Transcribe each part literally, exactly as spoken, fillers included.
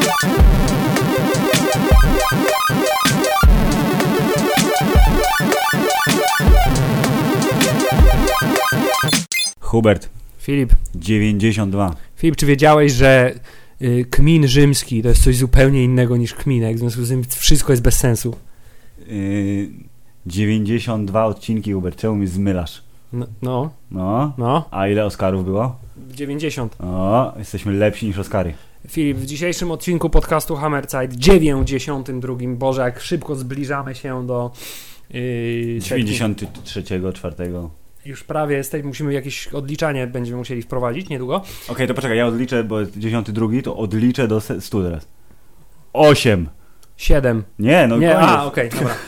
Hubert. Filip. dziewięćdziesiąt dwa. Filip, czy wiedziałeś, że y, kmin rzymski to jest coś zupełnie innego niż kminek, w związku z tym wszystko jest bez sensu? Yy, dziewięćdziesiąt dwa odcinki, Hubert, czemu mi zmylasz? No. No. No. no. A ile Oscarów było? dziewięćdziesiąt. O, jesteśmy lepsi niż Oscary. Filip, w dzisiejszym odcinku podcastu Hammerzeit, dziewięćdziesiątym drugim, Boże, jak szybko zbliżamy się do yy, dziewięćdziesiątego trzeciego, czwartego. Już prawie jesteśmy, musimy jakieś odliczanie będziemy musieli wprowadzić niedługo. Okej, okay, to poczekaj, ja odliczę, bo jest dziesiąty drugi, to odliczę do stu teraz. osiem. siedem. Nie, no Nie, koniec. a, okej, okay, dobra.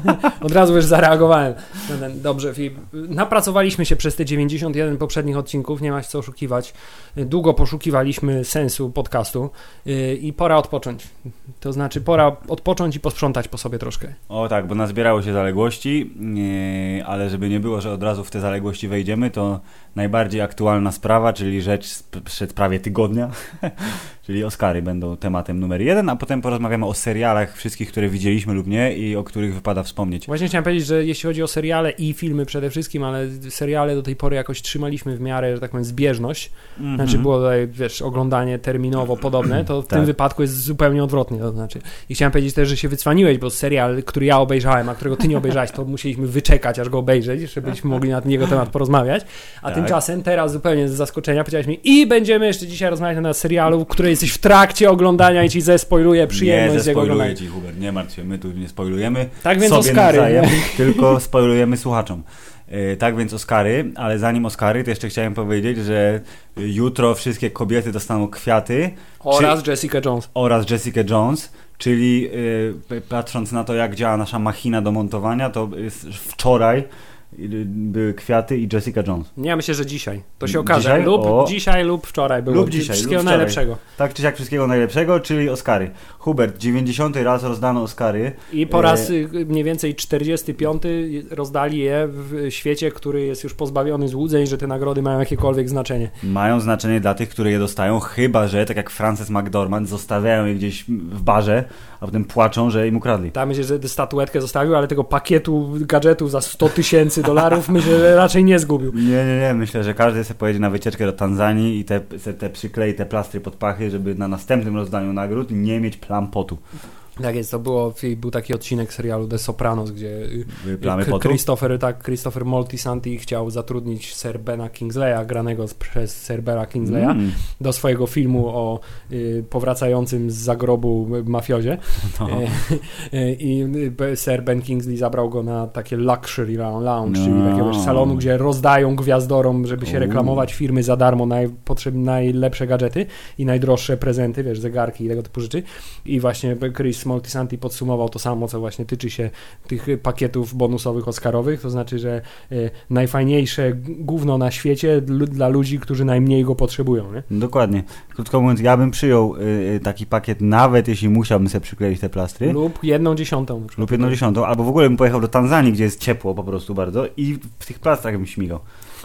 Od razu już zareagowałem. Dobrze, Filip. Napracowaliśmy się przez te dziewięćdziesiąt jeden poprzednich odcinków, nie ma się co oszukiwać. Długo poszukiwaliśmy sensu podcastu i pora odpocząć. To znaczy pora odpocząć i posprzątać po sobie troszkę. O tak, bo nazbierało się zaległości, yy, ale żeby nie było, że od razu w te zaległości wejdziemy, to najbardziej aktualna sprawa, czyli rzecz sprzed prawie tygodnia, czyli Oscary będą tematem numer jeden, a potem porozmawiamy o serialach wszystkich, które widzieliśmy lub nie i o których wypada wspomnieć. Właśnie chciałem powiedzieć, że jeśli chodzi o seriale i filmy przede wszystkim, ale seriale do tej pory jakoś trzymaliśmy w miarę, że tak powiem, zbieżność. Mm-hmm. Znaczy było tutaj, wiesz, oglądanie terminowo podobne, to w tak. tym wypadku jest zupełnie odwrotnie. To znaczy. I chciałem powiedzieć też, że się wycwaniłeś, bo serial, który ja obejrzałem, a którego ty nie obejrzałeś, to musieliśmy wyczekać, aż go obejrzeć, żebyśmy mogli na jego temat porozmawiać. A tak. tymczasem teraz zupełnie z zaskoczenia powiedziałeś mi i będziemy jeszcze dzisiaj rozmawiać na temat serialu, który jesteś w trakcie oglądania i ci zespoiluję przyjemność z jego oglądania. Nie zespoiluję ci, Hubert, nie martw się, my tu nie spoilujemy. Tak więc sobie Oscary. Nawzajem, tylko spoilujemy słuchaczom. Yy, tak więc Oscary, ale zanim Oscary, to jeszcze chciałem powiedzieć, że jutro wszystkie kobiety dostaną kwiaty. Oraz czy, Jessica Jones. Oraz Jessica Jones, czyli yy, patrząc na to, jak działa nasza machina do montowania, to jest wczoraj były kwiaty i Jessica Jones. Nie, myślę, że dzisiaj. To się okaże. Dzisiaj? Lub O. dzisiaj lub wczoraj było. Lub dzisiaj, wszystkiego lub najlepszego. Tak czy siak wszystkiego najlepszego, czyli Oscary. Hubert, dziewięćdziesiąty raz rozdano Oscary. I po raz e... mniej więcej czterdziesty piąty rozdali je w świecie, który jest już pozbawiony złudzeń, że te nagrody mają jakiekolwiek znaczenie. Mają znaczenie dla tych, które je dostają, chyba że, tak jak Frances McDormand, zostawiają je gdzieś w barze, a potem płaczą, że im ukradli. Tak, myślę, że statuetkę zostawił, ale tego pakietu gadżetów za sto tysięcy dolarów myślę, że raczej nie zgubił. Nie, nie, nie. Myślę, że każdy sobie pojedzie na wycieczkę do Tanzanii i te, te przyklei te plastry pod pachy, żeby na następnym rozdaniu nagród nie mieć plam potu. Tak jest, to było, był taki odcinek serialu The Sopranos, gdzie plamy potu? Christopher, tak, Christopher Moltisanti chciał zatrudnić Sir Bena Kingsleya, granego przez Sir Bena Kingsleya, mm. do swojego filmu o y, powracającym z zagrobu mafiozie. No. E, I Sir Ben Kingsley zabrał go na takie luxury lounge, no. czyli takiego salonu, gdzie rozdają gwiazdorom, żeby się reklamować firmy za darmo, najpotrzebne, najlepsze gadżety i najdroższe prezenty, wiesz, zegarki i tego typu rzeczy. I właśnie Chris Moltisanti podsumował to samo, co właśnie tyczy się tych pakietów bonusowych oscarowych, to znaczy, że y, najfajniejsze gówno na świecie l- dla ludzi, którzy najmniej go potrzebują. Nie? Dokładnie. Krótko mówiąc, ja bym przyjął y, taki pakiet, nawet jeśli musiałbym sobie przykleić te plastry. Lub jedną dziesiątą. Lub jedną dziesiątą, albo w ogóle bym pojechał do Tanzanii, gdzie jest ciepło po prostu bardzo i w tych plastrach bym śmigał.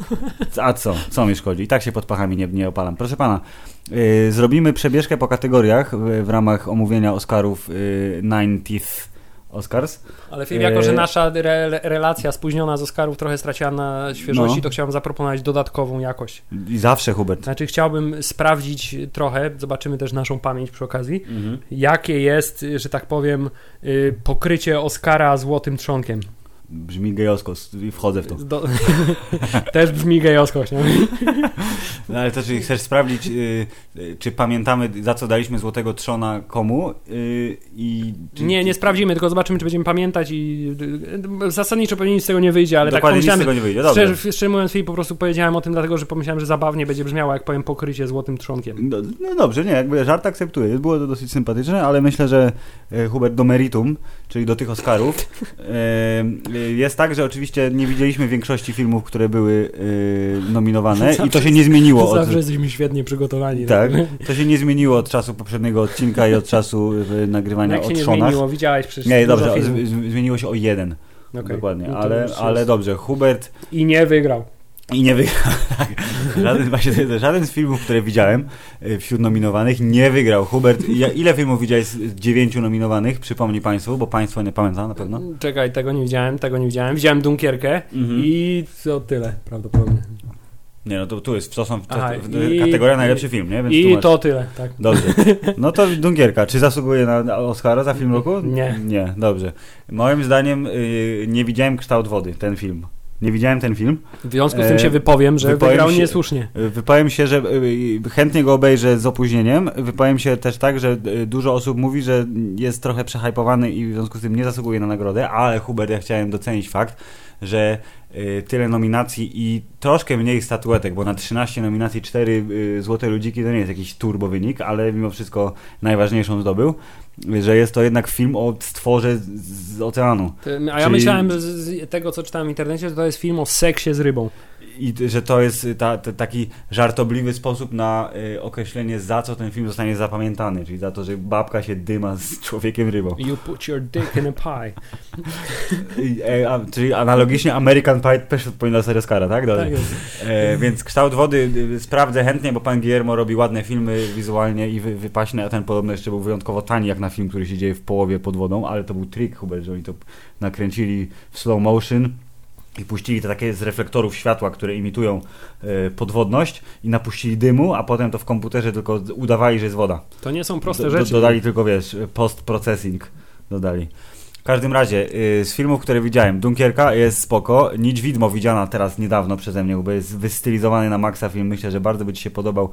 A co? Co mi szkodzi? I tak się pod pachami nie, nie opalam. Proszę pana, yy, zrobimy przebieżkę po kategoriach w, w ramach omówienia Oscarów yy, dziewięćdziesiątych Oscars. Ale film, jako że nasza re- relacja spóźniona z Oscarów trochę straciła na świeżości, no. to chciałbym zaproponować dodatkową jakość. I zawsze, Hubert. Znaczy chciałbym sprawdzić trochę, zobaczymy też naszą pamięć przy okazji, mhm. jakie jest, że tak powiem, yy, pokrycie Oscara złotym trzonkiem. Brzmi gejowsko i wchodzę w to. Do... Też brzmi gejowsko. No ale to, czy chcesz sprawdzić, yy, czy pamiętamy, za co daliśmy złotego trzona komu? Yy, i czy... Nie, nie sprawdzimy, tylko zobaczymy, czy będziemy pamiętać i zasadniczo pewnie nic z tego nie wyjdzie, ale dokładnie tak pomyślałem, nic z tego nie wyjdzie. Dobrze. Szczerze, szczerze mówiąc, po prostu powiedziałem o tym, dlatego że pomyślałem, że zabawnie będzie brzmiało, jak powiem pokrycie złotym trzonkiem. No, no dobrze, nie, jakby żart akceptuję. Było to dosyć sympatyczne, ale myślę, że e, Hubert, do meritum, czyli do tych Oscarów, e, jest tak, że oczywiście nie widzieliśmy większości filmów, które były e, nominowane zawsze, i to się nie zmieniło. Od... Zawsze jesteśmy świetnie przygotowani. Tak, to się nie zmieniło od czasu poprzedniego odcinka i od czasu e, nagrywania jak o się trzonach. Nie zmieniło, widziałeś przecież. Nie, dobrze, z, zmieniło się o jeden. Okay. Dokładnie, no ale, ale dobrze, Hubert... I nie wygrał. I nie wygrał. Tak. Żaden, właśnie, żaden z filmów, które widziałem wśród nominowanych nie wygrał. Hubert, ile filmów widziałeś z dziewięciu nominowanych? Przypomnij Państwu, bo Państwo nie pamiętam na pewno. Czekaj, tego nie widziałem, tego nie widziałem. Widziałem Dunkierkę mhm. i to tyle prawdopodobnie. Nie, no to tu jest, to są te, Aha, te, i, kategoria najlepszy film, nie? Więc I masz... to tyle, tak. Dobrze. No to Dunkierka. Czy zasługuje na Oscara za film roku? Nie. Nie, dobrze. Moim zdaniem yy, nie widziałem Kształt wody, ten film. Nie widziałem ten film. W związku z tym się wypowiem, że wypowiem wygrał się, niesłusznie. Wypowiem się, że chętnie go obejrzę z opóźnieniem. Wypowiem się też tak, że dużo osób mówi, że jest trochę przehypowany i w związku z tym nie zasługuje na nagrodę, ale Hubert, ja chciałem docenić fakt, że tyle nominacji i troszkę mniej statuetek, bo na trzynaście nominacji cztery Złote Ludziki to nie jest jakiś turbo wynik, ale mimo wszystko najważniejszą zdobył, że jest to jednak film o stworze z, z oceanu. A ja Czyli... myślałem z, z tego, co czytałem w internecie, że to jest film o seksie z rybą. I że to jest ta, ta, taki żartobliwy sposób na y, określenie, za co ten film zostanie zapamiętany, czyli za to, że babka się dyma z człowiekiem rybą. You put your dick in a pie. e, a, czyli analogicznie American Pie też powinna dostać Oscara, tak? Tak jest. E, więc Kształt wody y, sprawdzę chętnie, bo pan Guillermo robi ładne filmy wizualnie i wy, wypaśne, a ten podobno jeszcze był wyjątkowo tani jak na film, który się dzieje w połowie pod wodą, ale to był trik, Hubert, że oni to nakręcili w slow motion i puścili te takie z reflektorów światła, które imitują y, podwodność i napuścili dymu, a potem to w komputerze tylko udawali, że jest woda. To nie są proste do, rzeczy. Do, dodali tylko, wiesz, post-processing dodali. W każdym razie, y, z filmów, które widziałem, Dunkierka jest spoko, Nić Widmo widziana teraz niedawno przeze mnie, bo jest wystylizowany na maksa film, myślę, że bardzo by Ci się podobał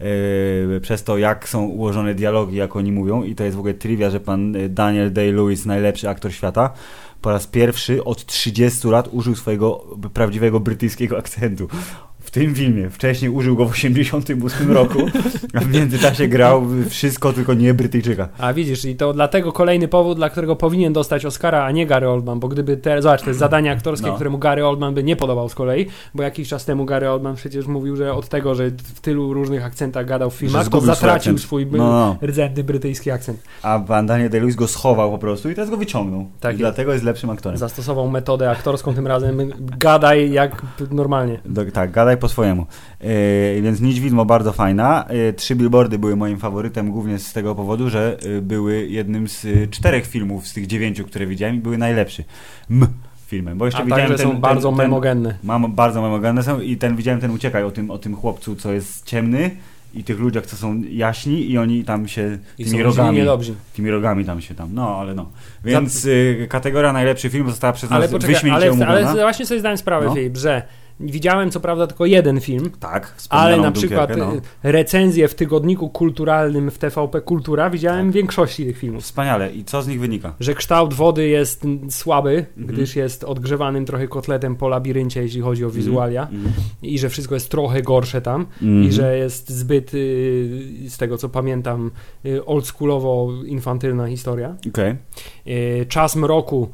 y, przez to, jak są ułożone dialogi, jak oni mówią i to jest w ogóle trivia, że pan Daniel Day-Lewis, najlepszy aktor świata, po raz pierwszy od trzydziestu lat użył swojego prawdziwego brytyjskiego akcentu. W tym filmie. Wcześniej użył go w osiemdziesiątym ósmym roku, a w międzyczasie grał wszystko, tylko nie Brytyjczyka. A widzisz, i to dlatego kolejny powód, dla którego powinien dostać Oscara, a nie Gary Oldman, bo gdyby te, zobacz, to jest zadanie aktorskie, no. któremu Gary Oldman by nie podobał z kolei, bo jakiś czas temu Gary Oldman przecież mówił, że od tego, że w tylu różnych akcentach gadał w filmach, to zatracił swój, swój no, no. rdzenny brytyjski akcent. A pan Daniel Day-Lewis go schował po prostu i teraz go wyciągnął. Tak I jest. Dlatego jest lepszym aktorem. Zastosował metodę aktorską tym razem. Gadaj jak normalnie. Do, tak, gadaj po swojemu. Yy, więc Nić Widmo bardzo fajna. Yy, Trzy Billboardy były moim faworytem głównie z tego powodu, że yy, były jednym z yy, czterech filmów z tych dziewięciu, które widziałem i były najlepszy. M filmem, bo jeszcze A widziałem tak, że ten, są bardzo ten, memogenne. Mam bardzo memogenne są i ten widziałem ten Uciekaj o tym, o tym chłopcu, co jest ciemny i tych ludziach, co są jaśni i oni tam się I tymi rogami, niedobrzy. tymi rogami tam się tam, no ale no. Więc yy, kategoria najlepszy film została przez nas wyśmienicie ale, omówiona. ale właśnie sobie zdałem sprawę, no. Filip, że widziałem co prawda tylko jeden film, tak, ale na przykład no. recenzje w tygodniku kulturalnym w T V P Kultura widziałem tak. większości tych filmów. Wspaniale. I co z nich wynika? Że kształt wody jest słaby, mm-hmm. gdyż jest odgrzewanym trochę kotletem po labiryncie, jeśli chodzi o wizualia mm-hmm. i że wszystko jest trochę gorsze tam mm-hmm. i że jest zbyt, y, z tego co pamiętam, y, oldschoolowo infantylna historia. Okay. Y, Czas mroku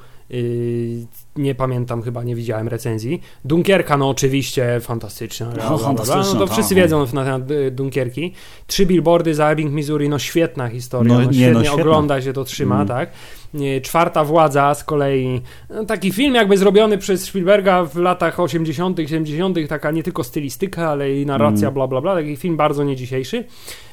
y, nie pamiętam, chyba nie widziałem recenzji. Dunkierka, no oczywiście fantastyczna. Bla, bla, bla, bla. No to wszyscy wiedzą na temat Dunkierki. Trzy Billboardy za Ebbing, Missouri, no świetna historia. No, no, świetnie nie, no, ogląda się, to trzyma, mm. tak. Czwarta Władza z kolei, no, taki film jakby zrobiony przez Spielberga w latach osiemdziesiątych, siedemdziesiątych, taka nie tylko stylistyka, ale i narracja, mm. bla, bla, bla. Taki film bardzo nie dzisiejszy.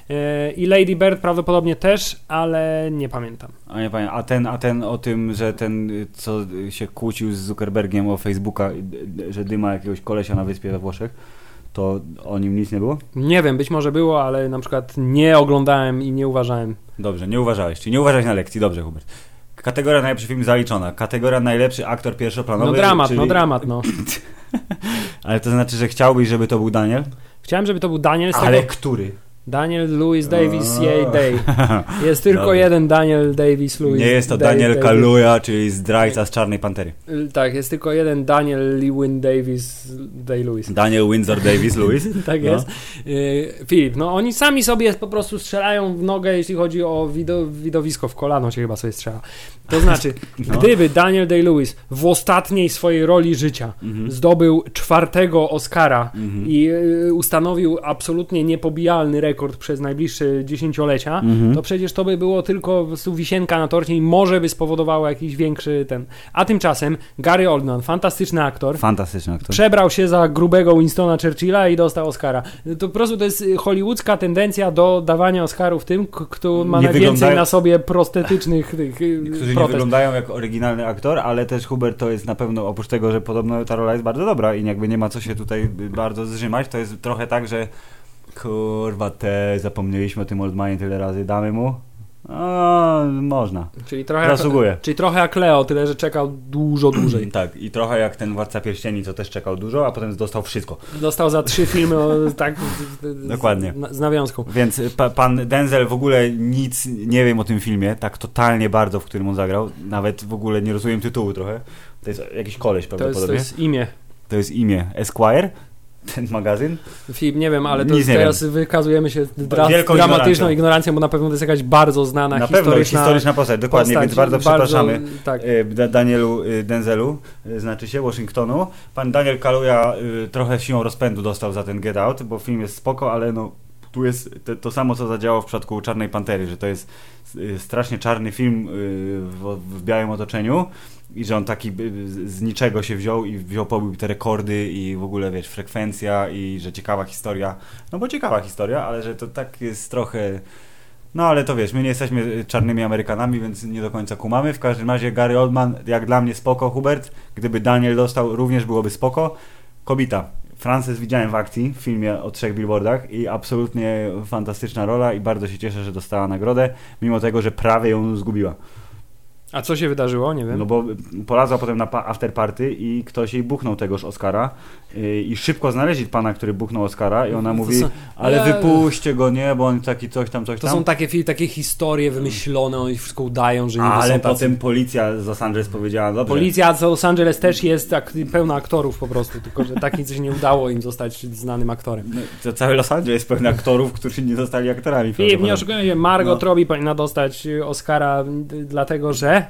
I Lady Bird prawdopodobnie też, ale nie pamiętam. A nie pamiętam. A ten, a ten o tym, że ten, co się kłócił z Zuckerbergiem o Facebooka, że dyma jakiegoś kolesia na wyspie we Włoszech, to o nim nic nie było? Nie wiem, być może było, ale na przykład nie oglądałem i nie uważałem. Dobrze, nie uważałeś, czyli nie uważałeś na lekcji, dobrze, Hubert. Kategoria najlepszy film zaliczona. Kategoria najlepszy aktor pierwszoplanowy. No dramat, czyli... no dramat, no. Ale to znaczy, że chciałbyś, żeby to był Daniel? Chciałem, żeby to był Daniel. Z Ale tego... który? Daniel Lewis Davis, jej day. Jest tylko Dobry. jeden Daniel Davis Lewis. Nie jest to Day, Daniel Davis. Kaluuya, czyli zdrajca z Czarnej Pantery. Tak, jest tylko jeden Daniel Lewin Davis Day-Lewis. Daniel Windsor Davis Lewis. Tak no. jest. Filip, no oni sami sobie po prostu strzelają w nogę, jeśli chodzi o wido, widowisko, w kolano się chyba sobie strzela. To znaczy, no. gdyby Daniel Day-Lewis w ostatniej swojej roli życia mhm. zdobył czwartego Oscara mhm. i ustanowił absolutnie niepobijalny rekord rekord przez najbliższe dziesięciolecia, mhm. to przecież to by było tylko po prostu wisienka na torcie i może by spowodowało jakiś większy ten... A tymczasem Gary Oldman, fantastyczny aktor, fantastyczny aktor, przebrał się za grubego Winstona Churchilla i dostał Oscara. To po prostu to jest hollywoodzka tendencja do dawania Oscarów tym, kto ma nie najwięcej wyglądają... na sobie prostetycznych tych którzy protest. Nie wyglądają jak oryginalny aktor, ale też Hubert to jest na pewno, oprócz tego, że podobno ta rola jest bardzo dobra i jakby nie ma co się tutaj bardzo zrzymać, to jest trochę tak, że kurwa te zapomnieliśmy o tym Oldmanie tyle razy, damy mu? O, można. Czyli trochę, Zasługuje. Jak, czyli trochę jak Leo, tyle że czekał dużo dłużej. Tak, i trochę jak ten Władca Pierścieni, co też czekał dużo, a potem dostał wszystko. Dostał za trzy filmy o, tak dokładnie. Z, z nawiązką. Więc pa, pan Denzel w ogóle nic nie wiem o tym filmie, tak totalnie bardzo, w którym on zagrał. Nawet w ogóle nie rozumiem tytułu trochę. To jest jakiś koleś prawdopodobnie. To jest, to jest imię. To jest imię Esquire? Ten magazyn? Filip, nie wiem, ale to jest, teraz wiem. Wykazujemy się dra- dramatyczną ignorancją. ignorancją, bo na pewno to jest jakaś bardzo znana na historyczna, pewno historyczna postać, dokładnie, postać, więc bardzo przepraszamy bardzo, tak. Danielu Denzelu, znaczy się, Washingtonu. Pan Daniel Kaluuya trochę siłą rozpędu dostał za ten Get Out, bo film jest spoko, ale no tu jest to, to samo, co zadziałało w przypadku Czarnej Pantery, że to jest strasznie czarny film w, w białym otoczeniu i że on taki z niczego się wziął i wziął, pobił te rekordy i w ogóle, wiesz, frekwencja i że ciekawa historia, no bo ciekawa historia, ale że to tak jest trochę, no ale to wiesz, my nie jesteśmy czarnymi Amerykanami, więc nie do końca kumamy. W każdym razie Gary Oldman, jak dla mnie spoko, Hubert, gdyby Daniel dostał, również byłoby spoko. Kobita. Frances widziałem w akcji, w filmie o trzech billboardach i absolutnie fantastyczna rola i bardzo się cieszę, że dostała nagrodę, mimo tego, że prawie ją zgubiła. A co się wydarzyło? Nie wiem. No bo polazła potem na afterparty i ktoś jej buchnął tegoż Oscara yy, i szybko znaleźli pana, który buchnął Oscara i ona mówi, są, ale ja... wypuśćcie go, nie, bo on taki coś tam, coś to tam. To są takie, takie historie wymyślone, oni wszystko udają, że nie są ale tacy... potem policja z Los Angeles powiedziała, dobrze. Policja z Los Angeles też jest tak, pełna aktorów po prostu, tylko że takim coś nie udało im zostać znanym aktorem. No, to cały Los Angeles jest pełny aktorów, którzy nie zostali aktorami. Filip, nie oszukujmy się, Margot no. Robbie powinna dostać Oscara dlatego, że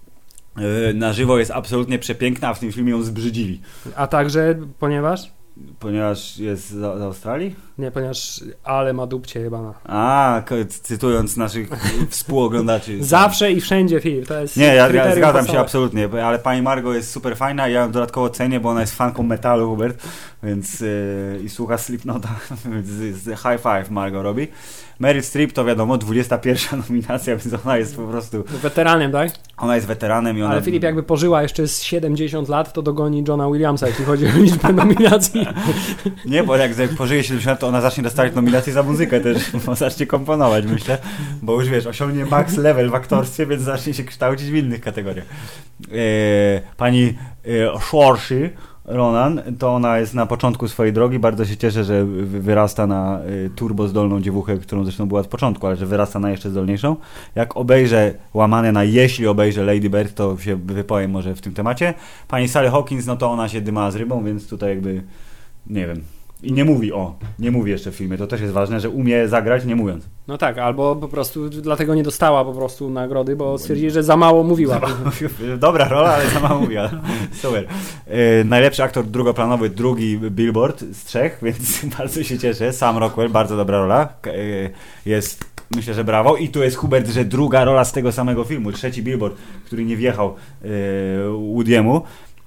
na żywo jest absolutnie przepiękna, a w tym filmie ją zbrzydzili. A także, ponieważ? Ponieważ jest z, z Australii? Nie, ponieważ ale ma dupcie jebana. A, cytując naszych współoglądaczy. Zawsze i wszędzie, Filip, to jest nie, ja, ja zgadzam podstawowe. się absolutnie, ale pani Margo jest super fajna i ja ją dodatkowo cenię, bo ona jest fanką metalu, Hubert, więc yy, i słucha Slipknota, więc high five Margo robi. Meryl Streep to wiadomo, dwudziesta pierwsza nominacja, więc ona jest po prostu... Weteranem, tak? Ona jest weteranem i ona... Ale Filip jakby pożyła jeszcze z siedemdziesiąt lat, to dogoni Johna Williamsa, jeśli chodzi o liczbę nominacji. Nie, bo jak pożyje siedemdziesiąt lat, to ona zacznie dostawać nominacje za muzykę też, bo zacznie komponować, myślę, bo już wiesz, osiągnie max level w aktorstwie, więc zacznie się kształcić w innych kategoriach. Eee, pani e, Saoirse Ronan, to ona jest na początku swojej drogi, bardzo się cieszę, że wyrasta na turbo zdolną dziewuchę, którą zresztą była od początku, ale że wyrasta na jeszcze zdolniejszą. Jak obejrzę łamane na jeśli obejrzę Lady Bird, to się wypowiem może w tym temacie. Pani Sally Hawkins, no to ona się dyma z rybą, więc tutaj jakby nie wiem. I nie mówi o, nie mówi jeszcze w filmie, to też jest ważne, że umie zagrać nie mówiąc. No tak, albo po prostu dlatego nie dostała po prostu nagrody, bo stwierdzili, że za mało mówiła. Za mało, dobra rola, ale za mało mówiła. Super. E, najlepszy aktor drugoplanowy, drugi Billboard z trzech, więc bardzo się cieszę. Sam Rockwell, bardzo dobra rola. E, jest, myślę, że brawo. I tu jest Hubert, że druga rola z tego samego filmu, trzeci Billboard, który nie wjechał e, Woody'emu.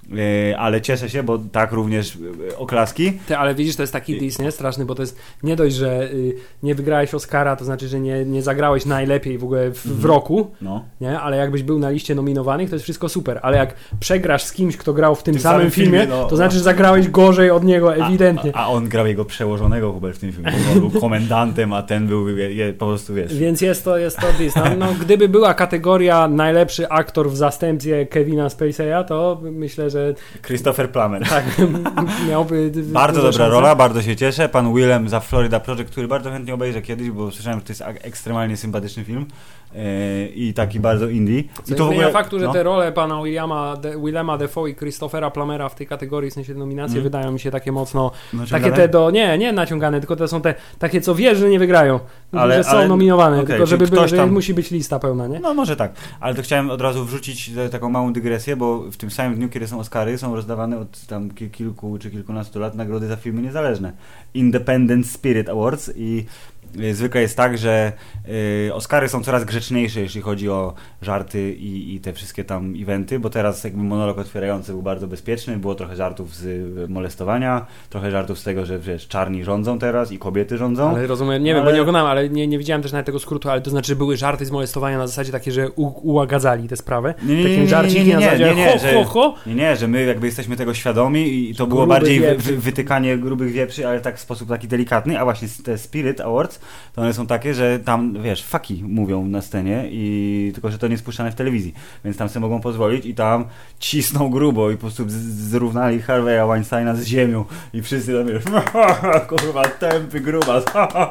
Ale cieszę się, bo tak również oklaski. Ty, ale widzisz, to jest taki diss, nie? Straszny, bo to jest nie dość, że y, nie wygrałeś Oscara, to znaczy, że nie, nie zagrałeś najlepiej w ogóle w, w roku, no. Nie? Ale jakbyś był na liście nominowanych, to jest wszystko super, ale jak przegrasz z kimś, kto grał w tym, tym samym, samym filmie, filmie no, to znaczy, że zagrałeś gorzej od niego, ewidentnie. A, a, a on grał jego przełożonego Hubert w tym filmie, on był komendantem, a ten był je, je, po prostu, wiesz. Więc jest to, jest to diss. No, no, gdyby była kategoria najlepszy aktor w zastępstwie Kevina Spacey'a, to myślę, że Christopher Plummer. Tak, miałby bardzo dobra szanse. Rola, bardzo się cieszę. Pan Willem za Florida Project, który bardzo chętnie obejrzę kiedyś, bo słyszałem, że to jest ekstremalnie sympatyczny film yy, i taki bardzo indie. Co I to w ogóle faktu, że no. te role pana Willema, de, Willema Dafoe i Christophera Plummera w tej kategorii, w sensie nominacje, mm. wydają mi się takie mocno naciągane? Takie te do, nie, nie naciągane, tylko to są te takie, co wiesz, że nie wygrają, ale, że są ale, nominowane, okay, tylko żeby by, że tam... musi być lista pełna, nie? No może tak, ale to chciałem od razu wrzucić taką małą dygresję, bo w tym samym dniu, kiedy są Oscary, są rozdawane od tam kilku czy kilkunastu lat nagrody za filmy niezależne. Independent Spirit Awards i zwykle jest tak, że y, Oscary są coraz grzeczniejsze, jeśli chodzi o żarty i, i te wszystkie tam eventy, bo teraz jakby monolog otwierający był bardzo bezpieczny, było trochę żartów z y, molestowania, trochę żartów z tego, że wiesz, czarni rządzą teraz i kobiety rządzą. Ale rozumiem, nie ale... wiem, bo nie oglądałem, ale nie, nie widziałem też nawet tego skrótu, ale to znaczy, że były żarty z molestowania na zasadzie takie, że u, ułagadzali tę sprawę. Nie, nie, Takim żarciki nie, nie, nie, na zasadzie nie, nie, ho, że, ho, ho. Nie, nie, że my jakby jesteśmy tego świadomi i to było bardziej wy, wy, wytykanie grubych wieprzy, ale tak w sposób taki delikatny, a właśnie te Spirit Awards, to one są takie, że tam, wiesz, faki mówią na scenie i tylko, że to nie jest puszczane w telewizji, więc tam sobie mogą pozwolić i tam cisną grubo i po prostu z- zrównali Harvey'a Weinsteina z ziemią i wszyscy tam, wiesz, kurwa, tępy grubas,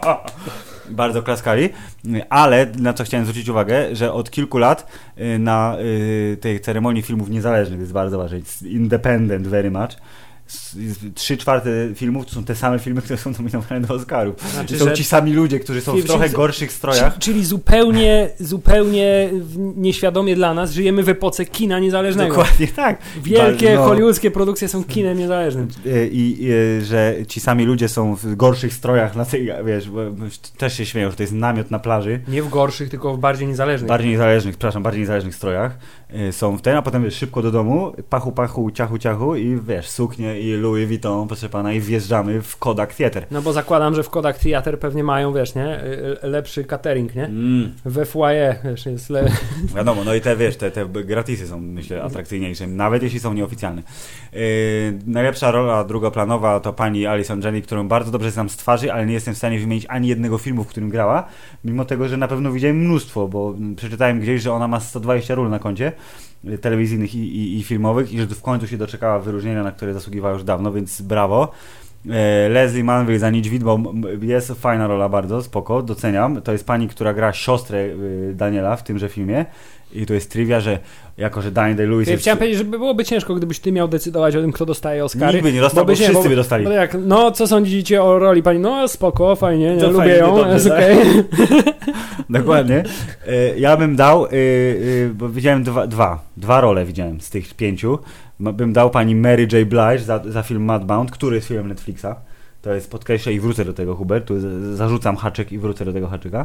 bardzo klaskali, ale na co chciałem zwrócić uwagę, że od kilku lat na tej ceremonii filmów niezależnych, jest bardzo ważne, independent very much, trzy czwarte filmów to są te same filmy, które są nominowane do Oscarów. Znaczy, są ci sami ludzie, którzy są w trochę gorszych strojach. Czyli, czyli zupełnie, zupełnie nieświadomie dla nas żyjemy w epoce kina niezależnego. Dokładnie tak. Wielkie no, hollywoodzkie produkcje są kinem niezależnym. I, i że ci sami ludzie są w gorszych strojach na tej, wiesz, też się śmieją, że to jest namiot na plaży. Nie w gorszych, tylko w bardziej niezależnych. Bardziej niezależnych, przepraszam, bardziej niezależnych strojach są w ten, a potem wiesz, szybko do domu, pachu, pachu, ciachu, ciachu i wiesz, suknie i Louis Vuitton, proszę pana, i wjeżdżamy w Kodak Theater. No bo zakładam, że w Kodak Theater pewnie mają, wiesz, nie? Lepszy catering, nie? Mm. We foyer, wiesz, jest le... Wiadomo, no i te, wiesz, te, te gratisy są, myślę, atrakcyjniejsze, nawet jeśli są nieoficjalne. Yy, najlepsza rola drugoplanowa to pani Alison Janney, którą bardzo dobrze znam z twarzy, ale nie jestem w stanie wymienić ani jednego filmu, w którym grała, mimo tego, że na pewno widziałem mnóstwo, bo przeczytałem gdzieś, że ona ma sto dwadzieścia ról na koncie telewizyjnych i, i, i filmowych i że w końcu się doczekała wyróżnienia, na które zasługiwała już dawno, więc brawo. E, Leslie Manville za Niedźwidmo jest fajna rola, bardzo spoko, doceniam. To jest pani, która gra siostrę y, Daniela w tymże filmie i to jest trivia, że jako, że Daniel Day-Lewis ja jest... Chciałem powiedzieć, że byłoby ciężko, gdybyś ty miał decydować o tym, kto dostaje Oscary. Nikt by nie dostał, bo, bo wszyscy bo, by dostali. Bo jak, no, co sądzicie o roli pani? No, spoko, fajnie, nie, to lubię fajnie, ją, dobrze, jest tak? okej. Dokładnie. Ja bym dał, bo widziałem dwa, dwa, dwa role widziałem z tych pięciu. Bym dał pani Mary J. Blige za, za film Mudbound, który jest filmem Netflixa. To jest, podkreślę i wrócę do tego, Hubert, tu zarzucam haczyk i wrócę do tego haczyka.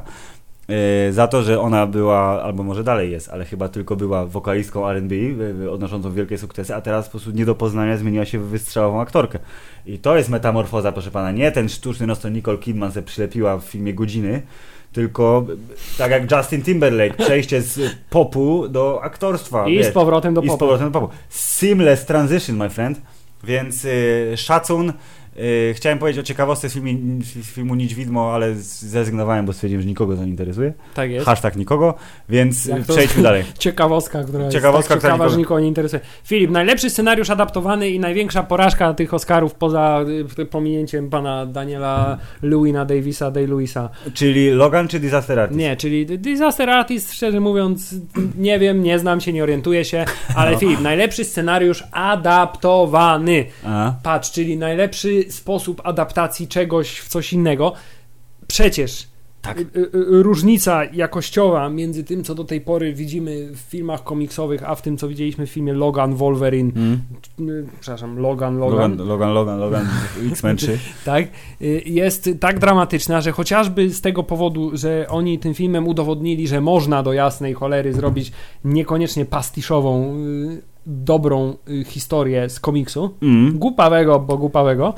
Yy, za to, że ona była, albo może dalej jest, ale chyba tylko była wokalistką R and B, yy, odnoszącą wielkie sukcesy, a teraz po prostu nie do poznania zmieniła się w wystrzałową aktorkę. I to jest metamorfoza, proszę pana. Nie ten sztuczny nos, co Nicole Kidman se przylepiła w filmie Godziny, tylko tak jak Justin Timberlake, przejście z popu do aktorstwa. I wiesz, z powrotem do i popu. I z powrotem do popu. Seamless transition, my friend. Więc yy, szacun. Yy, chciałem powiedzieć o ciekawostce z, filmie, z filmu Niedźwidmo, ale zrezygnowałem, bo stwierdziłem, że nikogo to nie interesuje. Tak jest. Hashtag nikogo, więc przejdźmy dalej. Ciekawostka, która Ciekawostka, jest tak ciekawa, która że nikogo nie interesuje. Filip, najlepszy scenariusz adaptowany i największa porażka tych Oscarów poza y, pominięciem pana Daniela Louisa Davisa Day-Lewisa. Czyli Logan czy Disaster Artist? Nie, czyli Disaster Artist, szczerze mówiąc, nie wiem, nie znam się, nie orientuję się, ale no. Filip, najlepszy scenariusz adaptowany. Aha. Patrz, czyli najlepszy sposób adaptacji czegoś w coś innego. Przecież tak. y, y, różnica jakościowa między tym, co do tej pory widzimy w filmach komiksowych, a w tym, co widzieliśmy w filmie Logan, Wolverine, mm. y, przepraszam, Logan, Logan, Logan, Logan, Logan, Logan X-Men trzy. Tak, y, jest tak dramatyczna, że chociażby z tego powodu, że oni tym filmem udowodnili, że można do jasnej cholery zrobić niekoniecznie pastiszową y, dobrą y, historię z komiksu, mm. głupawego, bo głupawego,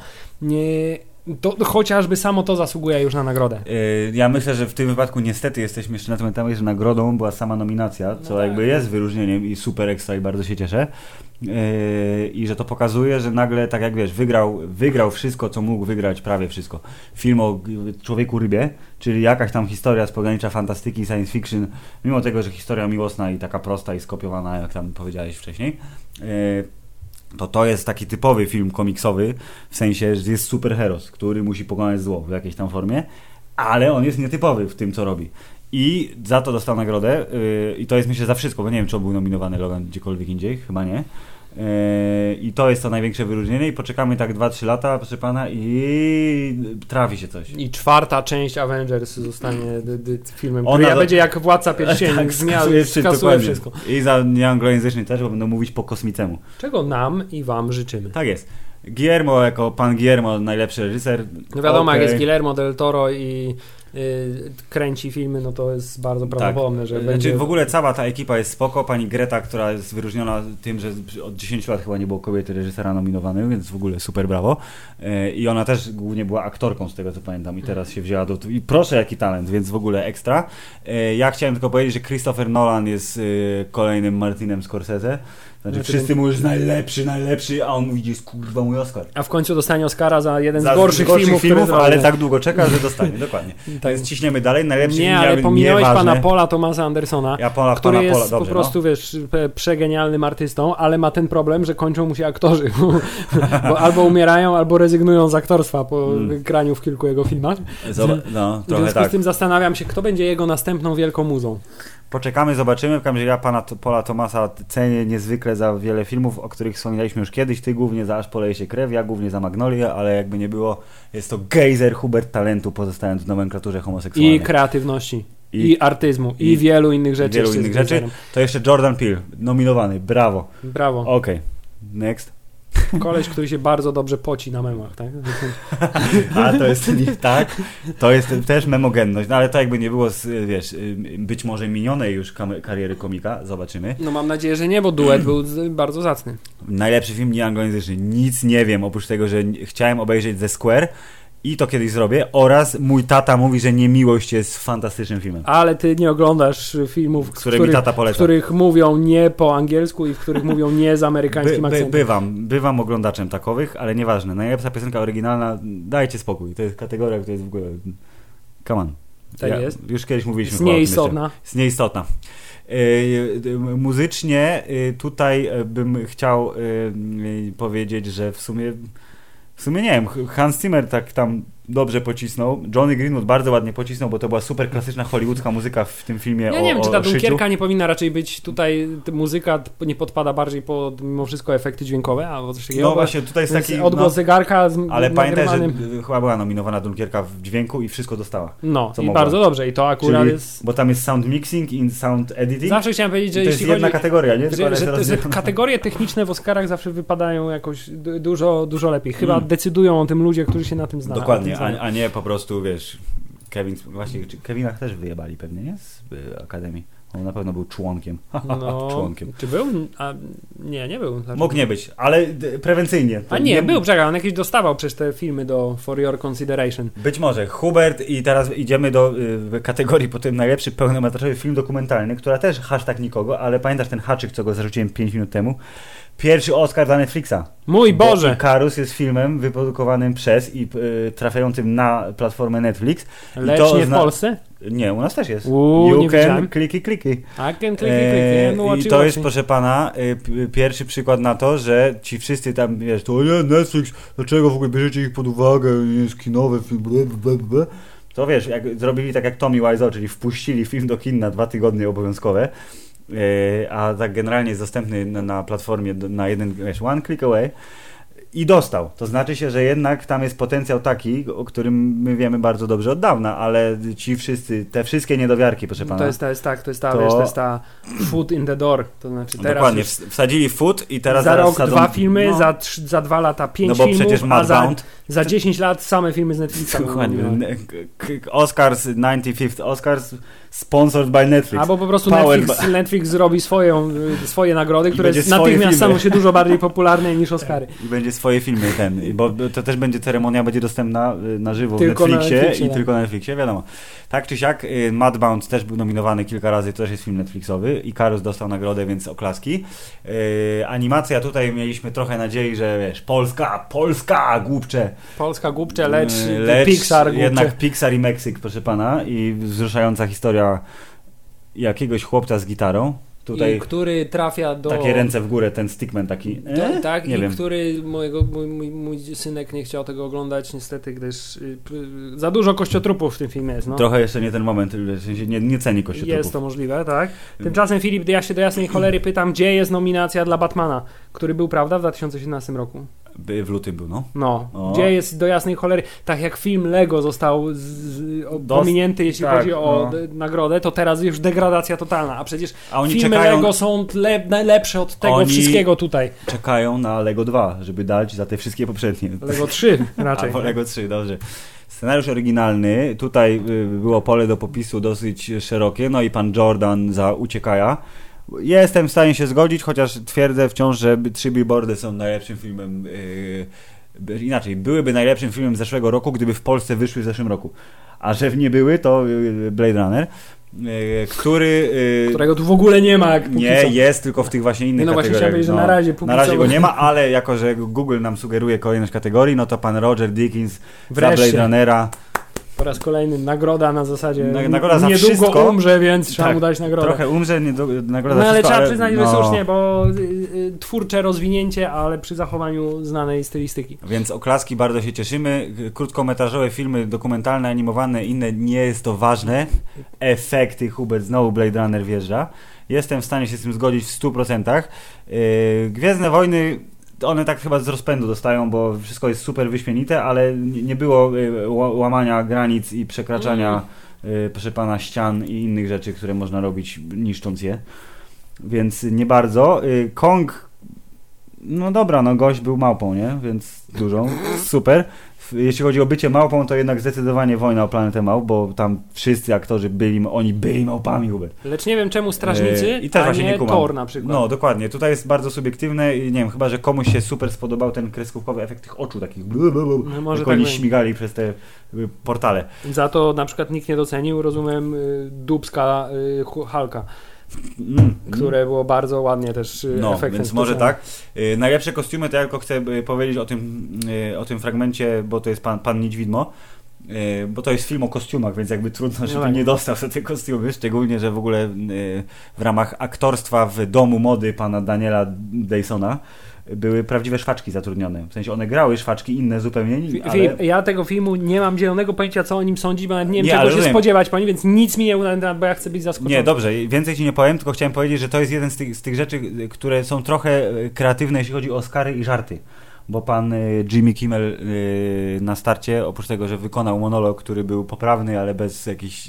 y, to chociażby samo to zasługuje już na nagrodę. Yy, ja myślę, że w tym wypadku niestety jesteśmy jeszcze na tym etapie, że nagrodą była sama nominacja, co no tak, jakby jest wyróżnieniem i super ekstra i bardzo się cieszę. Yy, I że to pokazuje, że nagle, tak jak wiesz, wygrał, wygrał wszystko, co mógł wygrać, prawie wszystko. Film o człowieku rybie, czyli jakaś tam historia z pogranicza fantastyki i science fiction, mimo tego, że historia miłosna i taka prosta i skopiowana, jak tam powiedziałeś wcześniej. Yy, to to jest taki typowy film komiksowy, w sensie, że jest superheros, który musi pokonać zło w jakiejś tam formie, ale on jest nietypowy w tym, co robi. I za to dostał nagrodę yy, i to jest, myślę, za wszystko, bo nie wiem, czy on był nominowany Logan gdziekolwiek indziej, chyba nie. Yy, I to jest to największe wyróżnienie i poczekamy tak dwa trzy lata, proszę pana, i trafi się coś. I czwarta część Avengers zostanie d- d- filmem, który Ona będzie jak Władca Pierścieni, tak, skasuje, skasuje wszystko. I za nieanglojęzyczny też, bo będą mówić po kosmicemu. Czego nam i wam życzymy. Tak jest. Guillermo jako pan Guillermo, najlepszy reżyser. No wiadomo, okay. jak jest Guillermo del Toro i y, kręci filmy, no to jest bardzo prawdopodobne, tak. że znaczy, będzie... W ogóle cała ta ekipa jest spoko. Pani Greta, która jest wyróżniona tym, że od dziesięciu lat chyba nie było kobiety reżysera nominowanej, więc w ogóle super brawo. Y, I ona też głównie była aktorką, z tego co pamiętam, i teraz się wzięła do... I proszę, jaki talent, więc w ogóle ekstra. Y, ja chciałem tylko powiedzieć, że Christopher Nolan jest y, kolejnym Martinem Scorsese. Znaczy, znaczy wszyscy ten... mówią, że najlepszy, najlepszy, a on mówi, że jest kurwa mój Oscar. A w końcu dostanie Oscara za jeden za z gorszych, gorszych filmów, filmów ale tak długo czeka, że dostanie, dokładnie. Tak. Więc ciśniemy dalej. Najlepszy nie, ale pominąłeś pana Paula Thomasa Andersona, ja Paula, który pana jest Paula, dobrze, po prostu, no. wiesz, przegenialnym artystą, ale ma ten problem, że kończą mu się aktorzy. Bo albo umierają, albo rezygnują z aktorstwa po hmm. graniu w kilku jego filmach. Zob- no, w związku tak. z tym zastanawiam się, kto będzie jego następną wielką muzą. Poczekamy, zobaczymy. W każdym razie ja pana Paula Thomasa cenię niezwykle za wiele filmów, o których wspominaliśmy już kiedyś. Ty głównie za Aż poleje się krew, ja głównie za Magnolię, ale jakby nie było, jest to gejzer Hubert talentu, pozostając w nomenklaturze homoseksualnej. I kreatywności. I, I artyzmu. I, I wielu innych rzeczy. Wielu innych rzeczy. To jeszcze Jordan Peele, nominowany. Brawo. Brawo. Okej. Okay. Next. Koleś, który się bardzo dobrze poci na memach, tak? A to jest tak, to jest też memogenność, no ale to jakby nie było, z, wiesz, być może minionej już kariery komika, zobaczymy. No mam nadzieję, że nie, bo duet był bardzo zacny. Najlepszy film nieanglojęzyczny, nic nie wiem, oprócz tego, że chciałem obejrzeć The Square i to kiedyś zrobię, oraz mój tata mówi, że Niemiłość jest fantastycznym filmem. Ale ty nie oglądasz filmów, które których, mi tata poleca. w których mówią nie po angielsku i w których mówią nie z amerykańskim by, by, akcentem. Bywam, bywam oglądaczem takowych, ale nieważne. Najlepsza piosenka oryginalna, dajcie spokój. To jest kategoria, która jest w ogóle... Come on. Tak ja, jest. Już kiedyś mówiliśmy. Jest nieistotna. Jest nieistotna. Yy, muzycznie yy, tutaj bym chciał yy, powiedzieć, że w sumie w sumie nie wiem, Hans Zimmer tak tam dobrze pocisnął. Johnny Greenwood bardzo ładnie pocisnął, bo to była super klasyczna hollywoodzka muzyka w tym filmie. Ja o, nie wiem, czy ta Dunkierka nie powinna raczej być tutaj, muzyka nie podpada bardziej pod mimo wszystko efekty dźwiękowe, albo coś takiego. No właśnie, tutaj jest taki... Odgłos no, zegarka z ale pamiętaj, że chyba była nominowana Dunkierka w dźwięku i wszystko dostała. No i mogła. Bardzo dobrze i to akurat Czyli, jest... Bo tam jest sound mixing i sound editing. Zawsze chciałem powiedzieć, że to jeśli jest jedna chodzi, kategoria, nie? Że, że, że kategorie techniczne w Oscarach zawsze wypadają jakoś dużo, dużo lepiej. Chyba hmm. decydują o tym ludzie, którzy się na tym znają. Dokładnie, a, a nie po prostu Po prostu, wiesz, Kevin, właśnie Kevina też wyjebali pewnie, nie? Z y, Akademii. On na pewno był członkiem. No, członkiem. Czy był? A, nie, nie był. Znaczy, mógł nie być, ale d- prewencyjnie. A nie, nie, był, czekaj, on jakieś dostawał przez te filmy do For Your Consideration. Być może. Hubert i teraz idziemy do y, kategorii potem najlepszy pełnometrażowy film dokumentalny, która też hashtag nikogo, ale pamiętasz ten haczyk, co go zarzuciłem pięć minut temu? Pierwszy Oscar dla Netflixa. Mój Boże! Icarus jest filmem wyprodukowanym przez i y, trafiającym na platformę Netflix. Lecz I to nie zna... w Polsce? Nie, u nas też jest. Uuu, you nie can widziałem. kliki, kliki. I can kliki, kliki. No, I to jest, proszę pana, y, pierwszy przykład na to, że ci wszyscy tam, wiesz, to nie, Netflix, dlaczego w ogóle bierzecie ich pod uwagę, jest kinowy film, blablabla. To wiesz, jak zrobili tak jak Tommy Wiseau, czyli wpuścili film do kin na dwa tygodnie obowiązkowe, a tak generalnie jest dostępny na, na platformie na jeden, wiesz, one click away i dostał. To znaczy się, że jednak tam jest potencjał taki, o którym my wiemy bardzo dobrze od dawna, ale ci wszyscy, te wszystkie niedowiarki, proszę pana. To jest, to jest tak, to jest ta, to... wiesz, to jest ta foot in the door, to znaczy teraz dokładnie, wsadzili foot i teraz za rok wsadzą... dwa filmy, no. za, trz, za dwa lata pięć no bo filmów, przecież a za, Bound... za dziesięć lat same filmy z Netflixa. Dokładnie. Oscars, dziewięćdziesiąty piąty Oscars sponsored by Netflix. Albo po prostu Netflix, by... Netflix zrobi swoją, swoje nagrody, które natychmiast staną się dużo bardziej popularne niż Oscary. I będzie swoje filmy ten, bo to też będzie ceremonia, będzie dostępna na żywo tylko w Netflixie, na Netflixie, i tak. tylko na Netflixie, wiadomo. Tak czy siak, Mudbound też był nominowany kilka razy, to też jest film Netflixowy. Icarus dostał nagrodę, więc oklaski. Yy, animacja, tutaj mieliśmy trochę nadziei, że wiesz, Polska, Polska, głupcze. Polska głupcze, lecz, lecz Pixar głupcze. Jednak Pixar i Meksyk, proszę pana, i wzruszająca historia jakiegoś chłopca z gitarą. Tutaj I który trafia do... Takie ręce w górę, ten stickman taki. E? Do, tak, nie i wiem. który mojego, mój, mój, mój synek nie chciał tego oglądać niestety, gdyż y, y, za dużo kościotrupów w tym filmie jest. No. Trochę jeszcze nie ten moment, w sensie nie, nie ceni kościotrupów. Jest to możliwe, tak. Tymczasem Filip, ja się do jasnej cholery pytam, gdzie jest nominacja dla Batmana, który był, prawda, w dwa tysiące siedemnastym roku? W lutym był, no. No, o. Gdzie jest do jasnej cholery, tak jak film Lego został z, z, o, Dos- pominięty, jeśli tak, chodzi o no. d- nagrodę, to teraz już degradacja totalna, a przecież a oni filmy czekają, Lego są le- najlepsze od tego oni wszystkiego tutaj. Czekają na Lego dwa, żeby dać za te wszystkie poprzednie. Lego trzy raczej. Albo Lego trzy, dobrze. Scenariusz oryginalny, tutaj było pole do popisu dosyć szerokie, no i pan Jordan za Uciekaja. Jestem w stanie się zgodzić, chociaż twierdzę wciąż, że Trzy Billboardy są najlepszym filmem, yy, inaczej, byłyby najlepszym filmem z zeszłego roku, gdyby w Polsce wyszły w zeszłym roku. A że nie były, to Blade Runner. Który, którego tu w ogóle nie ma. Jak nie, co. Jest tylko w tych właśnie innych no kategoriach. Właśnie, no, na razie, póki na razie co. go nie ma, ale jako, że Google nam sugeruje kolejność kategorii, no to pan Roger Deakins Wreszcie. za Blade Runnera. Po raz kolejny nagroda na zasadzie na, nagroda za niedługo wszystko. umrze, więc trzeba tak, mu dać nagrodę. Trochę umrze, nie, nagroda no, za ale wszystko. trzeba ale przyznać, no. że słusznie, bo y, y, twórcze rozwinięcie, ale przy zachowaniu znanej stylistyki. Więc oklaski, bardzo się cieszymy. Krótkometrażowe filmy, dokumentalne, animowane, inne, nie jest to ważne. Efekty, Hubert, znowu Blade Runner wjeżdża. Jestem w stanie się z tym zgodzić w stu procentach. Yy, Gwiezdne Wojny, one tak chyba z rozpędu dostają, bo wszystko jest super wyśmienite, ale nie było łamania granic i przekraczania mm. proszę pana ścian i innych rzeczy, które można robić niszcząc je. Więc nie bardzo. Kong, no dobra, no gość był małpą, nie? Więc dużą. Super. Jeśli chodzi o bycie małpą, to jednak zdecydowanie Wojna o Planetę Małp, bo tam wszyscy aktorzy byli, oni byli małpami, Hubert. Lecz nie wiem czemu Strażnicy, yy, i też a nie, nie Thor na przykład. No, dokładnie. Tutaj jest bardzo subiektywne i nie wiem, chyba, że komuś się super spodobał ten kreskówkowy efekt tych oczu, takich blablabla, no, może jak tak oni będzie. Śmigali przez te portale. Za to na przykład nikt nie docenił, rozumiem, dubska Hulka. Mm, które było bardzo ładnie też no, efektem. Więc może tak. Y, najlepsze kostiumy to ja tylko chcę y, powiedzieć o tym, y, o tym fragmencie, bo to jest pan, pan Niedźwidmo, y, bo to jest film o kostiumach, więc jakby trudno, żeby no, nie dostał sobie te kostiumy, szczególnie, że w ogóle y, w ramach aktorstwa w domu mody pana Daniela Daysona były prawdziwe szwaczki zatrudnione. W sensie one grały szwaczki inne zupełnie. Ale... Ja tego filmu nie mam zielonego pojęcia, co o nim sądzi, bo nawet nie wiem, nie, czego się rozumiem. spodziewać po nim, więc nic mi nie uda, bo ja chcę być zaskoczony. Nie, dobrze, więcej ci nie powiem, tylko chciałem powiedzieć, że to jest jeden z tych, z tych rzeczy, które są trochę kreatywne, jeśli chodzi o Oscary i żarty. Bo pan Jimmy Kimmel na starcie, oprócz tego, że wykonał monolog, który był poprawny, ale bez jakichś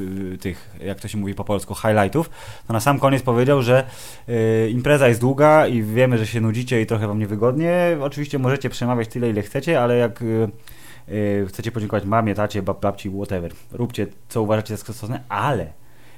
tych, jak to się mówi po polsku, highlightów, to na sam koniec powiedział, że impreza jest długa i wiemy, że się nudzicie i trochę wam niewygodnie. Oczywiście możecie przemawiać tyle, ile chcecie, ale jak chcecie podziękować mamie, tacie, bab, babci, whatever, róbcie, co uważacie za stosowne, ale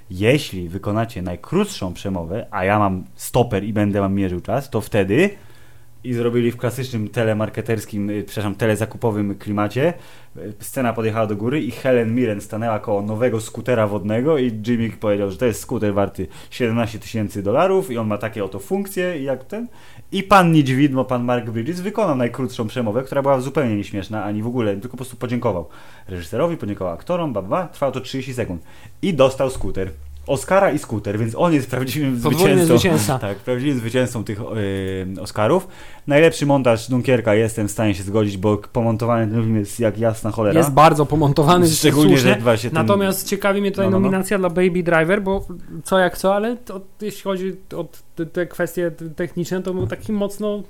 jeśli wykonacie najkrótszą przemowę, a ja mam stoper i będę wam mierzył czas, to wtedy i zrobili w klasycznym telemarketerskim, przepraszam, telezakupowym klimacie. Scena podjechała do góry i Helen Mirren stanęła koło nowego skutera wodnego i Jimmy powiedział, że to jest skuter warty siedemnaście tysięcy dolarów i on ma takie oto funkcje jak ten. I pan Niedźwidmo, pan Mark Bridges wykonał najkrótszą przemowę, która była zupełnie nieśmieszna, ani w ogóle, tylko po prostu podziękował reżyserowi, podziękował aktorom, ba, ba, trwało to trzydzieści sekund. I dostał skuter. Oscara i skuter, więc on jest prawdziwym Podwójny zwycięzcą. Tak, prawdziwym zwycięzcą tych yy, Oscarów. Najlepszy montaż Dunkierka, jestem w stanie się zgodzić, bo pomontowany ten film jest jak jasna cholera. Jest bardzo pomontowany, szczególnie, że właśnie ten... Natomiast ciekawi mnie tutaj no, no, no. nominacja dla Baby Driver, bo co jak co, ale to, jeśli chodzi o te, te kwestie techniczne, to był taki mocno...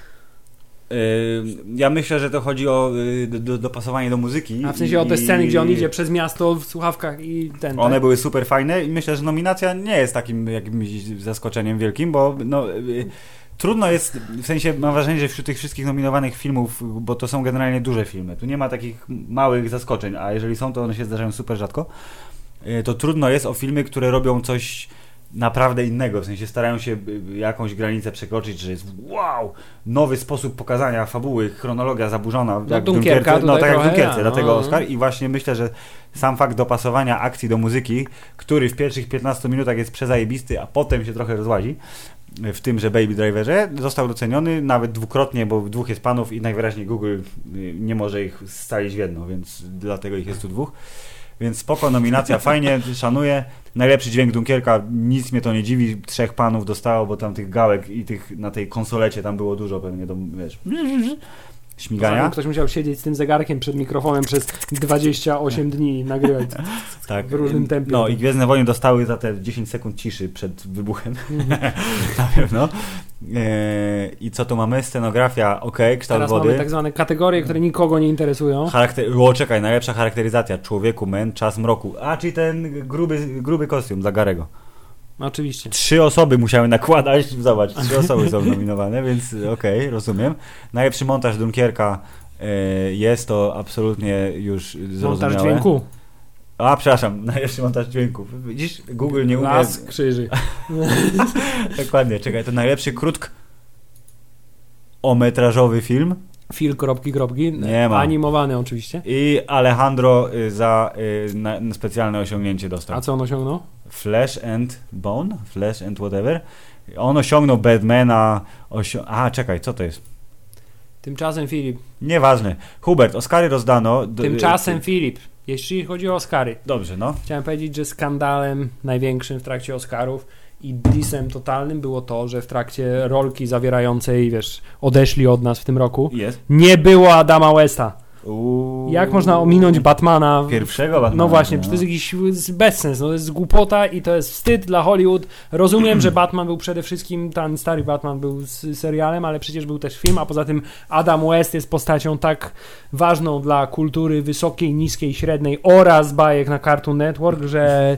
Ja myślę, że to chodzi o do, dopasowanie do muzyki. A w sensie o te sceny, i... gdzie on idzie przez miasto w słuchawkach i ten. One tak? były super fajne i myślę, że nominacja nie jest takim jakimś zaskoczeniem wielkim, bo no, trudno jest, w sensie mam wrażenie, że wśród tych wszystkich nominowanych filmów, bo to są generalnie duże filmy, tu nie ma takich małych zaskoczeń, a jeżeli są, to one się zdarzają super rzadko, to trudno jest o filmy, które robią coś naprawdę innego, w sensie starają się jakąś granicę przekroczyć, że jest wow, nowy sposób pokazania fabuły, chronologia zaburzona, no, jak Dunkierka, Dunkierce, no tak jak w Dunkierce, ja, dlatego no. Oscar i właśnie myślę, że sam fakt dopasowania akcji do muzyki, który w pierwszych piętnastu minutach jest przezajebisty, a potem się trochę rozłazi, w tym, że Baby Driverze został doceniony nawet dwukrotnie, bo dwóch jest panów i najwyraźniej Google nie może ich scalić w jedno, więc dlatego ich jest tu dwóch. Więc spoko, nominacja, fajnie, szanuję. Najlepszy dźwięk Dunkierka, nic mnie to nie dziwi. Trzech panów dostało, bo tam tych gałek i tych na tej konsolecie tam było dużo pewnie, do, wiesz, śmigania. Ktoś musiał siedzieć z tym zegarkiem przed mikrofonem przez dwadzieścia osiem dni i nagrywać tak, w różnym tempie. No i Gwiezdne Wojny dostały za te dziesięć sekund ciszy przed wybuchem. Na pewno. Eee, I co tu mamy? Scenografia, ok, kształt Teraz wody. Mamy tak zwane kategorie, które nikogo nie interesują. Charakter... O, czekaj, najlepsza charakteryzacja. Człowieku, men, czas mroku. A, czyli ten gruby, gruby kostium za Garego. Oczywiście. Trzy osoby musiały nakładać, zobacz, trzy osoby są nominowane, więc okej, okay, rozumiem. Najlepszy montaż Dunkierka, Jest to absolutnie już zrozumiałe. Montaż dźwięku. A, przepraszam, najlepszy montaż dźwięku. Widzisz, Google nie umie... Las krzyży. Dokładnie, czekaj, to najlepszy krótkometrażowy film. Film, kropki, kropki. Nie ma. Animowany oczywiście. I Alejandro za y, na, na specjalne osiągnięcie dostał. A co on osiągnął? Flesh and Bone? Flesh and whatever. On osiągnął Batmana. Osio... A, czekaj, co to jest? Tymczasem Filip. Nieważne. Hubert, Oscary rozdano. D- Tymczasem ty... Filip. Jeśli chodzi o Oscary. Dobrze, no. Chciałem powiedzieć, że skandalem największym w trakcie Oscarów i disem totalnym było to, że w trakcie rolki zawierającej, wiesz, odeszli od nas w tym roku, Jest. nie było Adama Westa. Uuu. Jak można ominąć Batmana? Pierwszego Batmana. No właśnie, no. to jest jakiś bezsens, no to jest głupota i to jest wstyd dla Hollywood. Rozumiem, że Batman był przede wszystkim, ten stary Batman był z serialem, ale przecież był też film, a poza tym Adam West jest postacią tak ważną dla kultury wysokiej, niskiej, średniej oraz bajek na Cartoon Network, że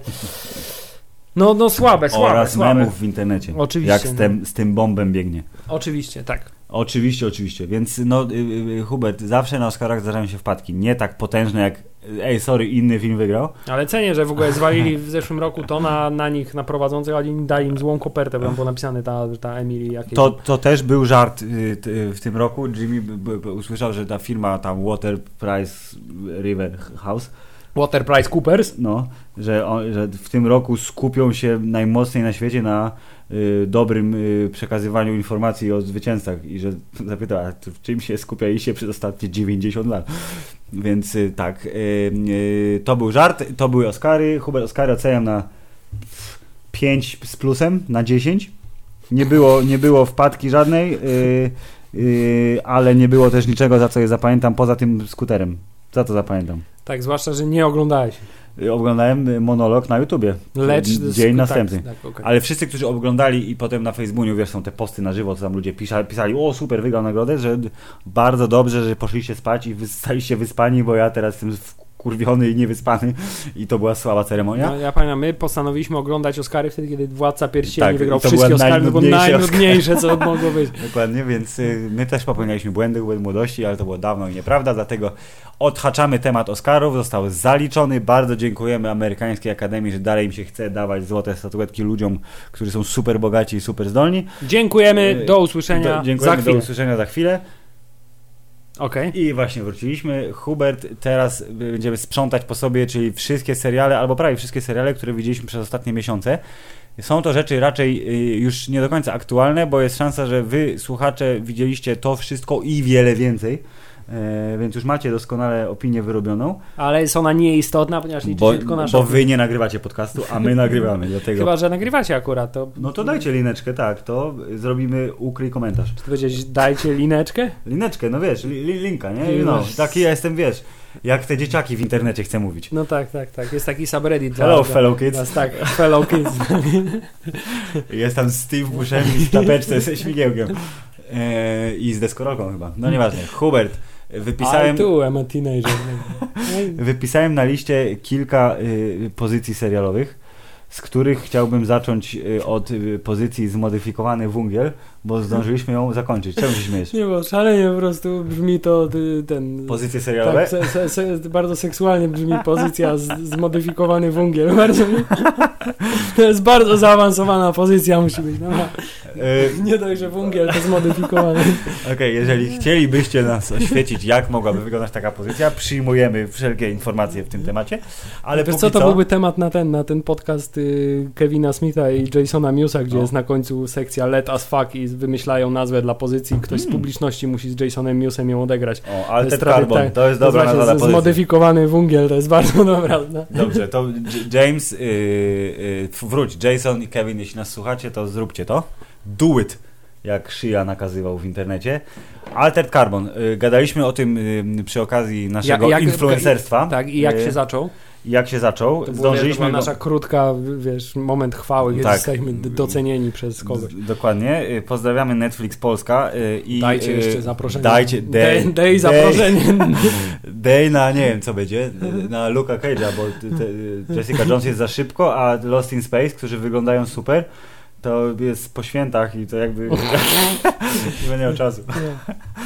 no, no słabe, słabe, Oraz słabe. memów w internecie. Oczywiście. Jak z tym, z tym bombem biegnie. Oczywiście, tak. Oczywiście, oczywiście. Więc no, y, y, Hubert, zawsze na Oscarach zdarzają się wpadki. Nie tak potężne jak, ej, sorry, inny film wygrał. Ale cenię, że w ogóle zwalili w zeszłym roku to na, na nich, na prowadzących, ale nie dali im złą kopertę, bo tam było napisane ta, ta Emily jakieś... To, to też był żart y, t, w tym roku. Jimmy b, b, usłyszał, że ta firma tam Water Price River House, Water Price Coopers. no, że, on, że w tym roku skupią się najmocniej na świecie na y, dobrym y, przekazywaniu informacji o zwycięzcach i że zapytał, a w czym się skupialiście przez ostatnie dziewięćdziesiąt lat. Więc y, tak, y, y, to był żart, to były Oscary. Hubert, Oscary oceniam na pięć z plusem, na dziesięć. Nie było, nie było wpadki żadnej, y, y, ale nie było też niczego, za co je zapamiętam, poza tym skuterem. Za to zapamiętam. Tak, zwłaszcza, że nie oglądałeś. Oglądałem monolog na YouTubie. Lecz dzień następny. Tak, tak, okay. Ale wszyscy, którzy oglądali i potem na Facebooku, wiesz, są te posty na żywo, co tam ludzie pisali, pisali o super, wygrał nagrodę, że bardzo dobrze, że poszliście spać i staliście wyspani, bo ja teraz jestem wkurwiony i niewyspany i to była słaba ceremonia. No, ja pamiętam, my postanowiliśmy oglądać Oscary wtedy, kiedy Władca Pierścieni tak, wygrał to wszystkie Oscary, to było najnudniejsze najnudniejsze, co mogło być. Dokładnie, więc y, my też popełnialiśmy błędy, błędy młodości, ale to było dawno i nieprawda, dlatego odhaczamy temat Oscarów, został zaliczony. Bardzo dziękujemy Amerykańskiej Akademii, że dalej im się chce dawać złote statuetki ludziom, którzy są super bogaci i super zdolni. Dziękujemy, do usłyszenia do, dziękujemy za chwilę. do usłyszenia za chwilę. Okej. Okay. I właśnie wróciliśmy. Hubert, teraz będziemy sprzątać po sobie, czyli wszystkie seriale, albo prawie wszystkie seriale, które widzieliśmy przez ostatnie miesiące. Są to rzeczy raczej już nie do końca aktualne, bo jest szansa, że wy, słuchacze, widzieliście to wszystko i wiele więcej. E, więc już macie doskonale opinię wyrobioną. Ale jest ona nieistotna, ponieważ liczy bo, się tylko nasza... Bo wy nie nagrywacie podcastu, a my nagrywamy. Dlatego... Chyba, że nagrywacie akurat. To... No to dajcie lineczkę, tak, to zrobimy ukryj komentarz. Czy ty powiedziałeś, dajcie lineczkę? Lineczkę, no wiesz, li, linka, nie? No, taki ja jestem, wiesz, jak te dzieciaki w internecie chcę mówić. No tak, tak, tak. Jest taki subreddit. Hello, dla, fellow kids. Dla, tak, fellow kids. Jest tam Steve Buscemi w czapeczce ze śmigiełkiem. E, I z deskorolką chyba. No nieważne. Hubert, wypisałem... I too am a teenager. Wypisałem na liście kilka y, pozycji serialowych, z których chciałbym zacząć y, od y, pozycji zmodyfikowany wungiel, bo zdążyliśmy ją zakończyć. Czemu się śmiejesz? Nie, bo szalenie po prostu brzmi to y, ten... Pozycje serialowe? Tak, se, se, se, bardzo seksualnie brzmi pozycja z, zmodyfikowany wungiel. Bardzo mi... To jest bardzo zaawansowana pozycja musi być. No. Y... Nie dość, że wungiel to zmodyfikowany. Okej, okay, jeżeli chcielibyście nas oświecić, jak mogłaby wyglądać taka pozycja, przyjmujemy wszelkie informacje w tym temacie, ale wiesz póki co, to co... byłby temat na ten, na ten podcast y, Kevina Smitha i Jasona Musa, gdzie o. jest na końcu sekcja Let Us Fuck i wymyślają nazwę dla pozycji. Ktoś mm. z publiczności musi z Jasonem Musem ją odegrać. O, Altered Carbon, tak, to jest dobra nazwa dla pozycji. Zmodyfikowany wungiel, to jest bardzo dobra. No. Dobrze, to James, yy, yy, wróć, Jason i Kevin, jeśli nas słuchacie, to zróbcie to. Do it, jak Shia nakazywał w internecie. Altered Carbon. Yy, gadaliśmy o tym yy, przy okazji naszego jak, influencerstwa. Tak, i jak yy, się zaczął? Jak się zaczął. To, było, Zdążyliśmy to była go... nasza krótka, wiesz, moment chwały, kiedy tak. jesteśmy docenieni przez kogoś. D- dokładnie. Pozdrawiamy Netflix Polska. Yy, i, dajcie yy, jeszcze zaproszenie. Dajcie, dej, dej, dej zaproszenie. Dej na, nie wiem co będzie, na Luka Cage'a, bo te, Jessica Jones jest za szybko, a Lost in Space, którzy wyglądają super, to jest po świętach i to jakby nie miał czasu.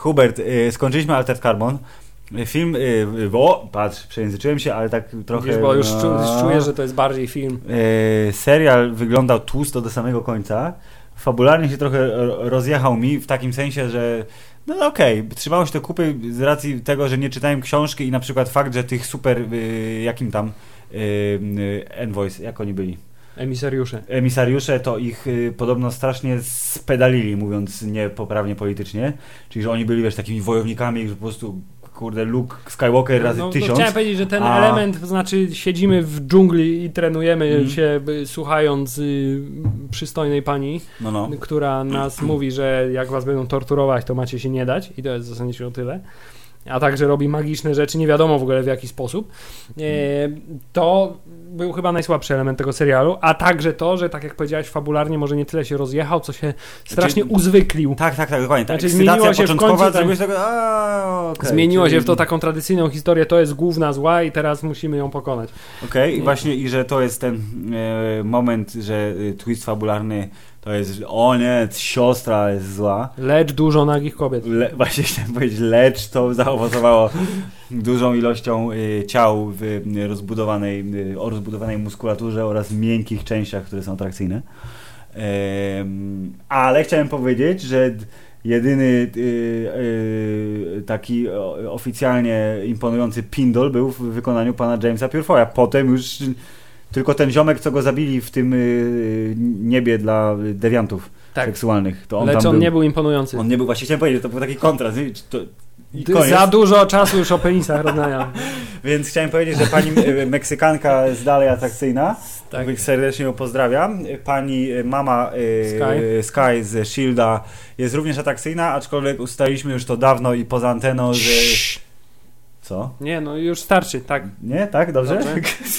Hubert, y, skończyliśmy Altered Carbon. Film, y, o, patrz, przejęzyczyłem się, ale tak trochę... Wiesz, bo już no, czuję, że to jest bardziej film. Y, serial wyglądał tłusto do samego końca. Fabularnie się trochę rozjechał mi w takim sensie, że no okej, okay, trzymało się to kupy z racji tego, że nie czytałem książki i na przykład fakt, że tych super, y, jakim tam y, y, envoys, jak oni byli? Emisariusze. Emisariusze to ich y, podobno strasznie spedalili, mówiąc niepoprawnie politycznie. Czyli, że oni byli, wiesz, takimi wojownikami, że po prostu, kurde, Luke Skywalker razy no, tysiąc. No, chciałem powiedzieć, że ten a... element, to znaczy siedzimy w dżungli i trenujemy mm. się, by, słuchając y, przystojnej pani, no, no. która nas mówi, że jak was będą torturować, to macie się nie dać. I to jest zasadniczo tyle. A także robi magiczne rzeczy, nie wiadomo w ogóle w jaki sposób. E, to był chyba najsłabszy element tego serialu, a także to, że tak jak powiedziałeś, fabularnie może nie tyle się rozjechał, co się strasznie znaczy, uzwyklił. Tak, tak, tak, dokładnie. Znaczy, zmieniło się w końcu, tak, tego, a, okay, zmieniło czyli... się w to taką tradycyjną historię, to jest główna zła i teraz musimy ją pokonać. Okej, okay, i właśnie i że to jest ten e, moment, że e, twist fabularny to jest, o nie, siostra jest zła. Lecz dużo nagich kobiet. Le, właśnie chciałem powiedzieć, lecz to zaowocowało dużą ilością y, ciał w y, rozbudowanej, y, o rozbudowanej muskulaturze oraz miękkich częściach, które są atrakcyjne. Y, ale chciałem powiedzieć, że jedyny y, y, taki o, oficjalnie imponujący pindol był w wykonaniu pana Jamesa Purefoya. Potem już tylko ten ziomek, co go zabili w tym y, niebie dla dewiantów tak. seksualnych. To on Lecz tam on był, nie był imponujący. On nie był, właśnie chciałem powiedzieć, że to był taki kontrast. To, i za dużo czasu już o penisach rozmawiam. Więc chciałem powiedzieć, że pani Meksykanka jest dalej atrakcyjna. Tak. Serdecznie ją pozdrawiam. Pani mama y, Sky. Sky z Shielda jest również atrakcyjna, aczkolwiek ustaliliśmy już to dawno i poza anteną, że... Co? Nie, no już starczy, tak. Nie? Tak? Dobrze? Dobrze.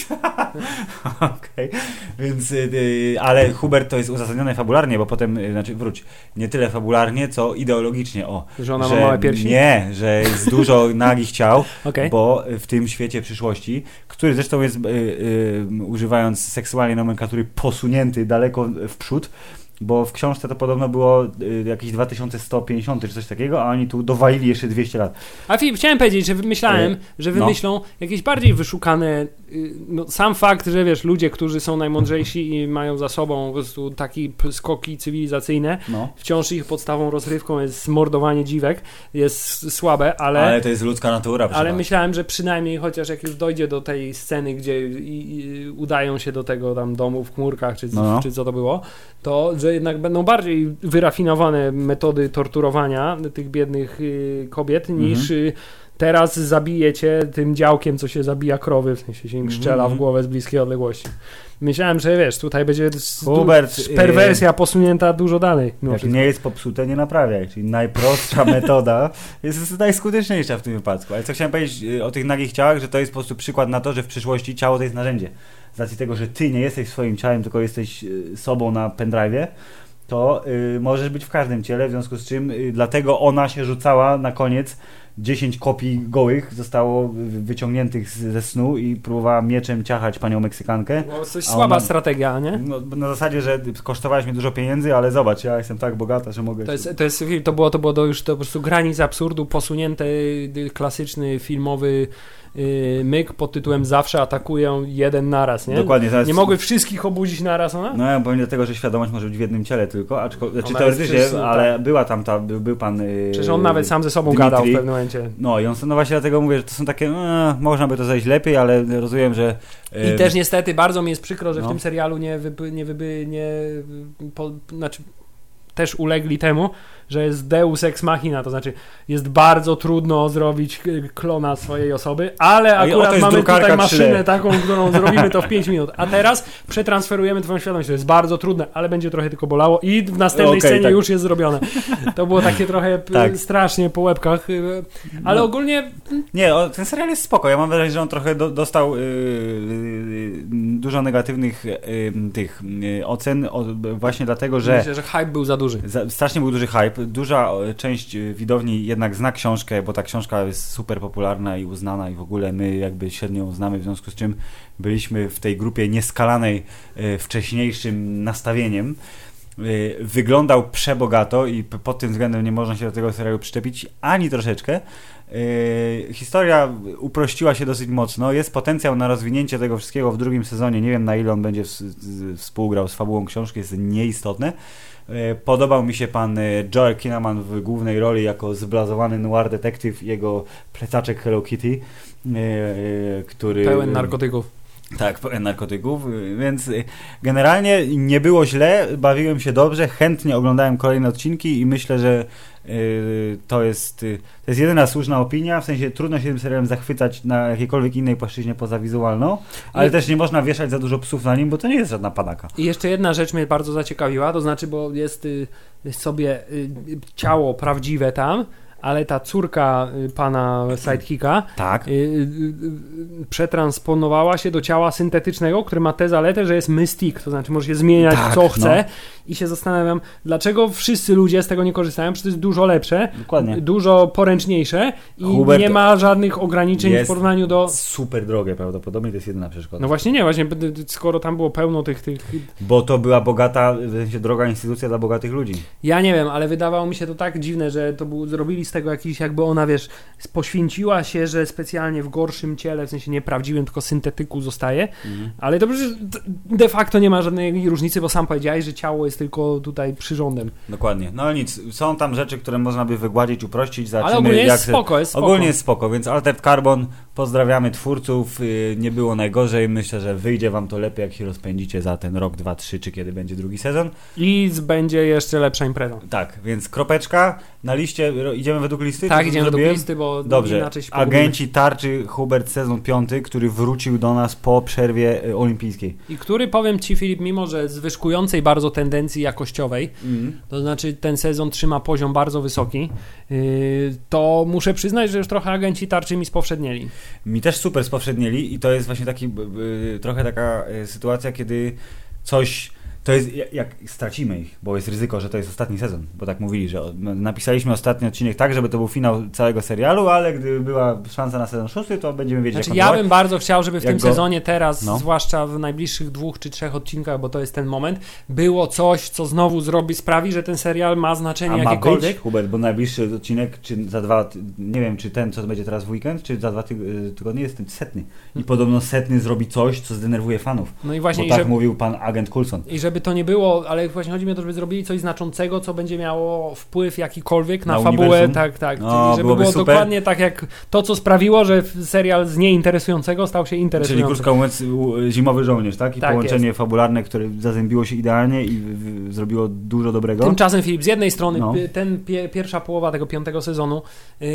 Okej. Okay. Więc, yy, ale Hubert to jest uzasadnione fabularnie, bo potem, yy, znaczy wróć, nie tyle fabularnie, co ideologicznie. O, że ona ma małe piersi? Nie, że jest dużo nagich ciał, okay. bo w tym świecie przyszłości, który zresztą jest, yy, yy, używając seksualnej nomenklatury, posunięty daleko w przód, bo w książce to podobno było y, jakieś dwa tysiące sto pięćdziesiąt czy coś takiego, a oni tu dowalili jeszcze dwieście lat. A Filip, chciałem powiedzieć, że wymyślałem, y, że wymyślą no. jakieś bardziej wyszukane, y, no, sam fakt, że wiesz, ludzie, którzy są najmądrzejsi i mają za sobą po prostu takie skoki cywilizacyjne, no. wciąż ich podstawą rozrywką jest mordowanie dziwek, jest słabe, ale... Ale to jest ludzka natura. Ale myślałem, że przynajmniej chociaż jak już dojdzie do tej sceny, gdzie i, i, udają się do tego tam domu w chmurkach, czy, no. czy co to było, to że jednak będą bardziej wyrafinowane metody torturowania tych biednych y, kobiet niż mhm. y, teraz zabijecie tym działkiem, co się zabija krowy, w sensie się im strzela mhm. w głowę z bliskiej odległości. Myślałem, że wiesz, tutaj będzie Hubert, perwersja posunięta dużo dalej. Jak wszystko. Nie jest popsute, nie naprawiaj. Czyli najprostsza metoda jest najskuteczniejsza w tym wypadku. Ale co chciałem powiedzieć o tych nagich ciałach, że to jest po prostu przykład na to, że w przyszłości ciało to jest narzędzie. Z racji tego, że ty nie jesteś swoim ciałem, tylko jesteś sobą na pendrive'ie, to y, możesz być w każdym ciele, w związku z czym y, dlatego ona się rzucała na koniec. dziesięć kopii gołych zostało wyciągniętych ze snu i próbowała mieczem ciachać panią Meksykankę. No, coś słaba ona, strategia, nie? No, na zasadzie, że kosztowałaś mi dużo pieniędzy, ale zobacz, ja jestem tak bogata, że mogę... To jest, to, jest, to było, to było do już to po prostu granic absurdu, posunięty klasyczny filmowy yy, myk pod tytułem zawsze atakują jeden naraz, nie? Dokładnie. Zaraz... Nie mogły wszystkich obudzić naraz, ona? No ja powiem dlatego, że świadomość może być w jednym ciele tylko, aczkolwiek, znaczy teoretycznie, ale tak. była tam ta, był, był pan... Yy, Przecież on nawet sam ze sobą Dmitri. gadał w pewnym momencie. No i on no właśnie dlatego mówię, że to są takie, no, można by to zejść lepiej, ale rozumiem, że... Yy... I też niestety bardzo mi jest przykro, że no. w tym serialu nie wyby, nie, wyby, nie po, znaczy też ulegli temu, że jest deus ex machina, to znaczy jest bardzo trudno zrobić klona swojej osoby, ale akurat mamy tutaj maszynę taką, którą zrobimy to w pięć minut, a teraz przetransferujemy twoją świadomość, to jest bardzo trudne, ale będzie trochę tylko bolało i w następnej okay, scenie tak. już jest zrobione. To było takie trochę tak. strasznie po łebkach, ale no. ogólnie... Nie, ten serial jest spoko, ja mam wrażenie, że on trochę do, dostał yy, yy, dużo negatywnych yy, tych yy, ocen o, właśnie dlatego, że... Myślę, że hype był za duży. Za, strasznie był duży hype. Duża część widowni jednak zna książkę, bo ta książka jest super popularna i uznana i w ogóle my jakby średnio ją znamy, w związku z czym byliśmy w tej grupie nieskalanej e, wcześniejszym nastawieniem. wyglądał przebogato i pod tym względem nie można się do tego serialu przyczepić ani troszeczkę. Historia uprościła się dosyć mocno. Jest potencjał na rozwinięcie tego wszystkiego w drugim sezonie. Nie wiem, na ile on będzie współgrał z fabułą książki, jest nieistotne. Podobał mi się pan Joel Kinnaman w głównej roli jako zblazowany noir detektyw, jego plecaczek Hello Kitty, który... Pełen narkotyków. Tak, pełen narkotyków, więc generalnie nie było źle, bawiłem się dobrze, chętnie oglądałem kolejne odcinki i myślę, że to jest, to jest jedyna słuszna opinia, w sensie trudno się tym serialem zachwycać na jakiejkolwiek innej płaszczyźnie poza wizualną, ale I... też nie można wieszać za dużo psów na nim, bo to nie jest żadna padaka. I jeszcze jedna rzecz mnie bardzo zaciekawiła, to znaczy, bo jest, jest sobie ciało prawdziwe tam, ale ta córka pana sidekicka tak. y, y, y, przetransponowała się do ciała syntetycznego, który ma tę zaletę, że jest mystic, to znaczy może się zmieniać tak, co chce no. I się zastanawiam, dlaczego wszyscy ludzie z tego nie korzystają, przecież to jest dużo lepsze, Dokładnie. dużo poręczniejsze i Hubert nie ma żadnych ograniczeń w porównaniu do... super drogie prawdopodobnie, to jest jedyna przeszkoda. No właśnie nie, właśnie skoro tam było pełno tych... tych... Bo to była bogata, w sensie droga instytucja dla bogatych ludzi. Ja nie wiem, ale wydawało mi się to tak dziwne, że to był, zrobili z tego jakiś, jakby ona, wiesz, poświęciła się, że specjalnie w gorszym ciele, w sensie nie prawdziwym, tylko syntetyku zostaje, mhm. ale to przecież de facto nie ma żadnej różnicy, bo sam powiedziałeś, że ciało jest tylko tutaj przyrządem. Dokładnie. No nic, są tam rzeczy, które można by wygładzić, uprościć. Zobaczymy, ale ogólnie jak jest spoko, jest spoko. Ogólnie jest spoko, więc Altered Carbon, pozdrawiamy twórców, nie było najgorzej, myślę, że wyjdzie wam to lepiej, jak się rozpędzicie za ten rok, dwa, trzy, czy kiedy będzie drugi sezon. I będzie jeszcze lepsza impreza. Tak, więc kropeczka na liście, idziemy według listy? Tak, idziemy według listy, bo Dobrze. inaczej się Agenci Tarczy, Hubert, sezon piąty, który wrócił do nas po przerwie olimpijskiej. I który, powiem ci, Filip, mimo że z wyszkującej bardzo tendencji jakościowej, mm. to znaczy ten sezon trzyma poziom bardzo wysoki, yy, to muszę przyznać, że już trochę Agenci Tarczy mi spowszednieli. Mi też super spowszednieli i to jest właśnie taki yy, trochę taka yy, sytuacja, kiedy coś... To jest, jak stracimy ich, bo jest ryzyko, że to jest ostatni sezon, bo tak mówili, że napisaliśmy ostatni odcinek tak, żeby to był finał całego serialu, ale gdyby była szansa na sezon szósty, to będziemy wiedzieć, znaczy, jak ja bym bardzo chciał, żeby w tym go... sezonie teraz, no. zwłaszcza w najbliższych dwóch czy trzech odcinkach, bo to jest ten moment, było coś, co znowu zrobi, sprawi, że ten serial ma znaczenie A jakiekolwiek. Ma być, Hubert, bo najbliższy odcinek, czy za dwa, nie wiem, czy ten, co będzie teraz w weekend, czy za dwa tyg- tygodnie jest ten setny. I podobno setny zrobi coś, co zdenerwuje fanów. No i właśnie, bo i tak żeby... mówił pan agent Coulson. I żeby to nie było, ale właśnie chodzi mi o to, żeby zrobili coś znaczącego, co będzie miało wpływ jakikolwiek na, na fabułę, uniwersum. tak, tak. No, czyli żeby było super. Dokładnie tak jak to, co sprawiło, że serial z nieinteresującego stał się interesujący. Czyli krótko mówiąc, Zimowy Żołnierz, tak? I tak połączenie jest. fabularne, które zazębiło się idealnie i w, w, zrobiło dużo dobrego. Tymczasem, Filip, z jednej strony no. ten pie, pierwsza połowa tego piątego sezonu yy,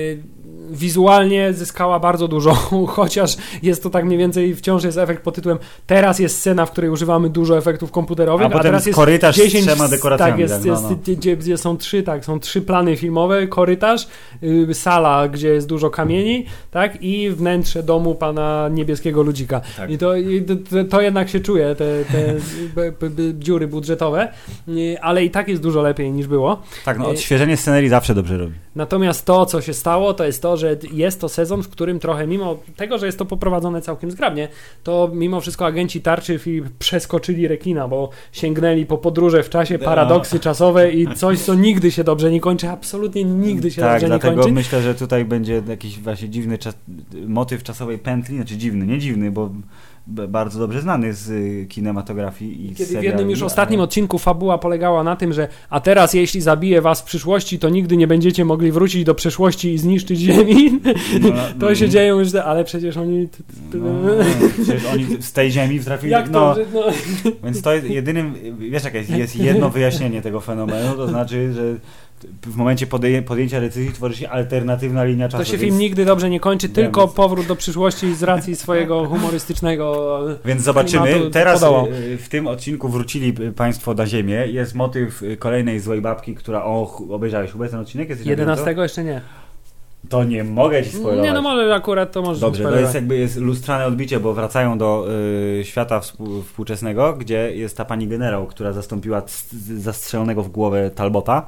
wizualnie zyskała bardzo dużo, chociaż jest to tak mniej więcej, wciąż jest efekt pod tytułem teraz jest scena, w której używamy dużo efektów komputerowych, a, a teraz jest korytarz dziesięć, z trzema dekoracjami. Tak, jest, tak, no, jest, no. Gdzie, gdzie są trzy, tak, są trzy plany filmowe, korytarz, yy, sala, gdzie jest dużo kamieni, tak, i wnętrze domu pana niebieskiego ludzika. Tak. I, to, i to, to jednak się czuje, te, te b, b, b, dziury budżetowe, yy, ale i tak jest dużo lepiej niż było. Tak, no odświeżenie scenerii zawsze dobrze robi. Natomiast to, co się stało, to jest to, że jest to sezon, w którym trochę, mimo tego, że jest to poprowadzone całkiem zgrabnie, to mimo wszystko agenci tarczy przeskoczyli rekina, bo sięgnęli po podróże w czasie, paradoksy no. czasowe i coś, co nigdy się dobrze nie kończy, absolutnie nigdy się tak, dobrze nie kończy. Tak, dlatego myślę, że tutaj będzie jakiś właśnie dziwny czas, motyw czasowej pętli, znaczy dziwny, nie dziwny, bo bardzo dobrze znany z kinematografii i Kiedy seriali, w jednym już ale... ostatnim odcinku fabuła polegała na tym, że a teraz jeśli zabiję was w przyszłości, to nigdy nie będziecie mogli wrócić do przeszłości i zniszczyć ziemi. No, to no, się dzieją już, ale przecież oni... No, przecież oni z tej ziemi trafili... Jak to? No, że, no. Więc to jest jedynym... Wiesz, jak jest, jest jedno wyjaśnienie tego fenomenu, to znaczy, że w momencie podję- podjęcia decyzji tworzy się alternatywna linia czasu. To się film nigdy dobrze nie kończy, tylko więc... powrót do przyszłości z racji swojego humorystycznego. Więc zobaczymy. Teraz w tym odcinku wrócili Państwo na Ziemię. Jest motyw kolejnej złej babki, która... O, obejrzałeś chyba ten odcinek? Jesteś jedenastego jeszcze nie. To nie mogę ci spoilować. Nie, no może akurat to może. Dobrze, to jest jakby jest lustrzane odbicie, bo wracają do y, świata współ, współczesnego, gdzie jest ta pani generał, która zastąpiła c- zastrzelonego w głowę Talbota.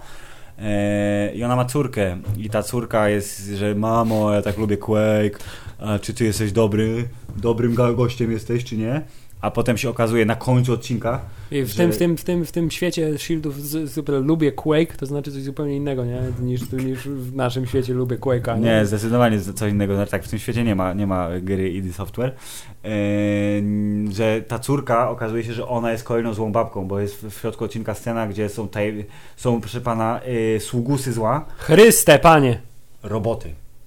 I ona ma córkę i ta córka jest, że mamo, ja tak lubię Quake, a czy ty jesteś dobry, dobrym gościem jesteś, czy nie? a potem się okazuje na końcu odcinka, I w, że... tym, w, tym, w, tym, w tym świecie Shieldów z, super lubię Quake, to znaczy coś zupełnie innego, nie? Niż, niż w naszym świecie lubię Quake'a. Nie, nie zdecydowanie co innego. Znaczy, tak, w tym świecie nie ma, nie ma gry I D Software. Yy, że ta córka, okazuje się, że ona jest kolejną złą babką, bo jest w środku odcinka scena, gdzie są, taj, są proszę pana, yy, sługusy zła. Chryste, panie! Roboty.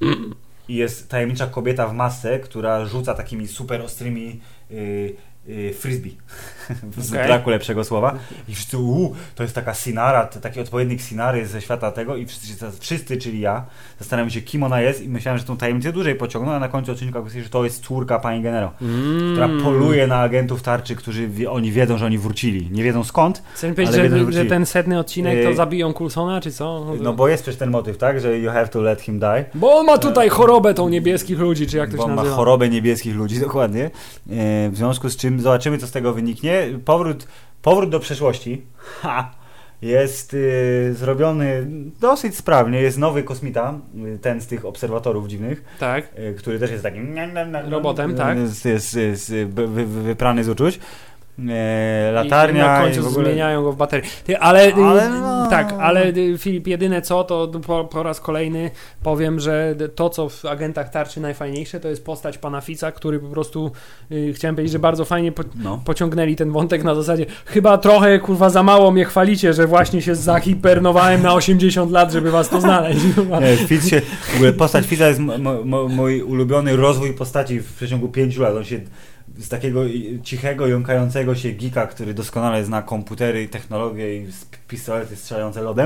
I jest tajemnicza kobieta w masce, która rzuca takimi super ostrymi yy, yy, frisbee. Z Okay. braku lepszego słowa. I wszyscy, uuu, to jest taka Sinara, taki odpowiednik Sinary ze świata tego i wszyscy, wszyscy, czyli ja, zastanawiam się, kim ona jest i myślałem, że tą tajemnicę dłużej pociągną, a na końcu odcinka okazuje się, że to jest córka pani generał, mm. która poluje na agentów tarczy, którzy wie, oni wiedzą, że oni wrócili. Nie wiedzą skąd, Chcesz powiedzieć, że, wiedzą, że, że ten setny odcinek to zabiją Coulsona, czy co? No, no bo jest przecież ten motyw, tak, że you have to let him die. Bo on ma tutaj chorobę tą niebieskich ludzi, czy jak to bo się nazywa. Bo ma chorobę niebieskich ludzi, dokładnie. W związku z czym zobaczymy, co z tego wyniknie. Powrót, powrót do przeszłości ha, jest y, zrobiony dosyć sprawnie. Jest nowy kosmita, ten z tych obserwatorów dziwnych, tak. y, który też jest takim robotem, tak. Jest, jest, jest wy, wy, wyprany z uczuć. E, latarnia i na końcu i w ogóle... zmieniają go w baterię. Ty, ale, ale no... tak, ale Filip, jedyne co, to po, po raz kolejny powiem, że to, co w Agentach Tarczy najfajniejsze, to jest postać pana Fica, który po prostu y, chciałem powiedzieć, że bardzo fajnie po, no. pociągnęli ten wątek na zasadzie, chyba trochę kurwa za mało mnie chwalicie, że właśnie się zahipernowałem na osiemdziesiąt lat, żeby was to znaleźć. Nie, Fic się, w ogóle postać Fica jest m- m- mój ulubiony rozwój postaci w przeciągu pięciu lat. On się z takiego cichego, jąkającego się geeka, który doskonale zna komputery i technologię i pistolety strzelające lodem,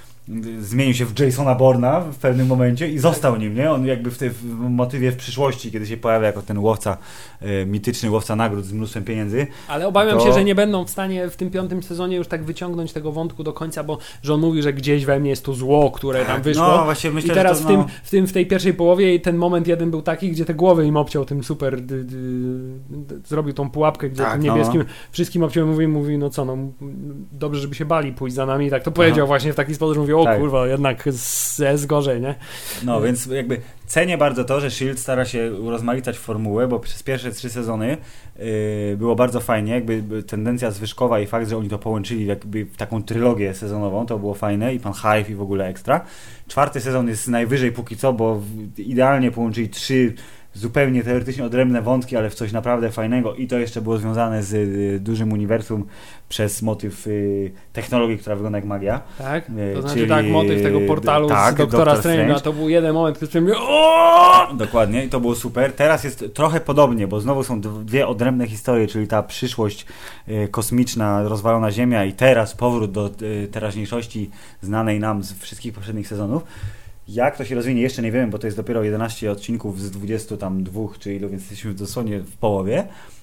zmienił się w Jasona Bourna w pewnym momencie i został nim, nie? On jakby w tym motywie w przyszłości, kiedy się pojawia jako ten łowca, e, mityczny łowca nagród z mnóstwem pieniędzy. Ale obawiam to... się, że nie będą w stanie w tym piątym sezonie już tak wyciągnąć tego wątku do końca, bo że on mówi, że gdzieś we mnie jest to zło, które tam wyszło. No, właśnie myślę, i teraz że w, to, no... tym, w, tym, w tej pierwszej połowie ten moment jeden był taki, gdzie te głowy im obciął tym super d, d, d, zrobił tą pułapkę, gdzie tak, tym niebieskim no. wszystkim obciął, mówi, mówi, no co, no dobrze, żeby się bali pójść za nami. Tak to powiedział Aha. właśnie w taki sposób, że mówi, o tak. kurwa, jednak jest gorzej, nie? No, więc jakby cenię bardzo to, że S H I E L D stara się urozmaicać formułę, bo przez pierwsze trzy sezony yy, było bardzo fajnie, jakby tendencja zwyżkowa i fakt, że oni to połączyli jakby w taką trylogię sezonową, to było fajne i pan Hive i w ogóle ekstra. Czwarty sezon jest najwyżej póki co, bo idealnie połączyli trzy zupełnie teoretycznie odrębne wątki, ale w coś naprawdę fajnego i to jeszcze było związane z y, dużym uniwersum przez motyw y, technologii, która wygląda jak magia. Tak, to y, znaczy czyli, tak, motyw tego portalu tak, z Doktora Strange'a, to był jeden moment, który mnie o! Dokładnie i to było super. Teraz jest trochę podobnie, bo znowu są dwie odrębne historie, czyli ta przyszłość y, kosmiczna, rozwalona Ziemia i teraz powrót do y, teraźniejszości znanej nam z wszystkich poprzednich sezonów. Jak to się rozwinie, jeszcze nie wiem, bo to jest dopiero jedenaście odcinków z dwudziestu tam dwóch, czy ilu, więc jesteśmy dosłownie w połowie,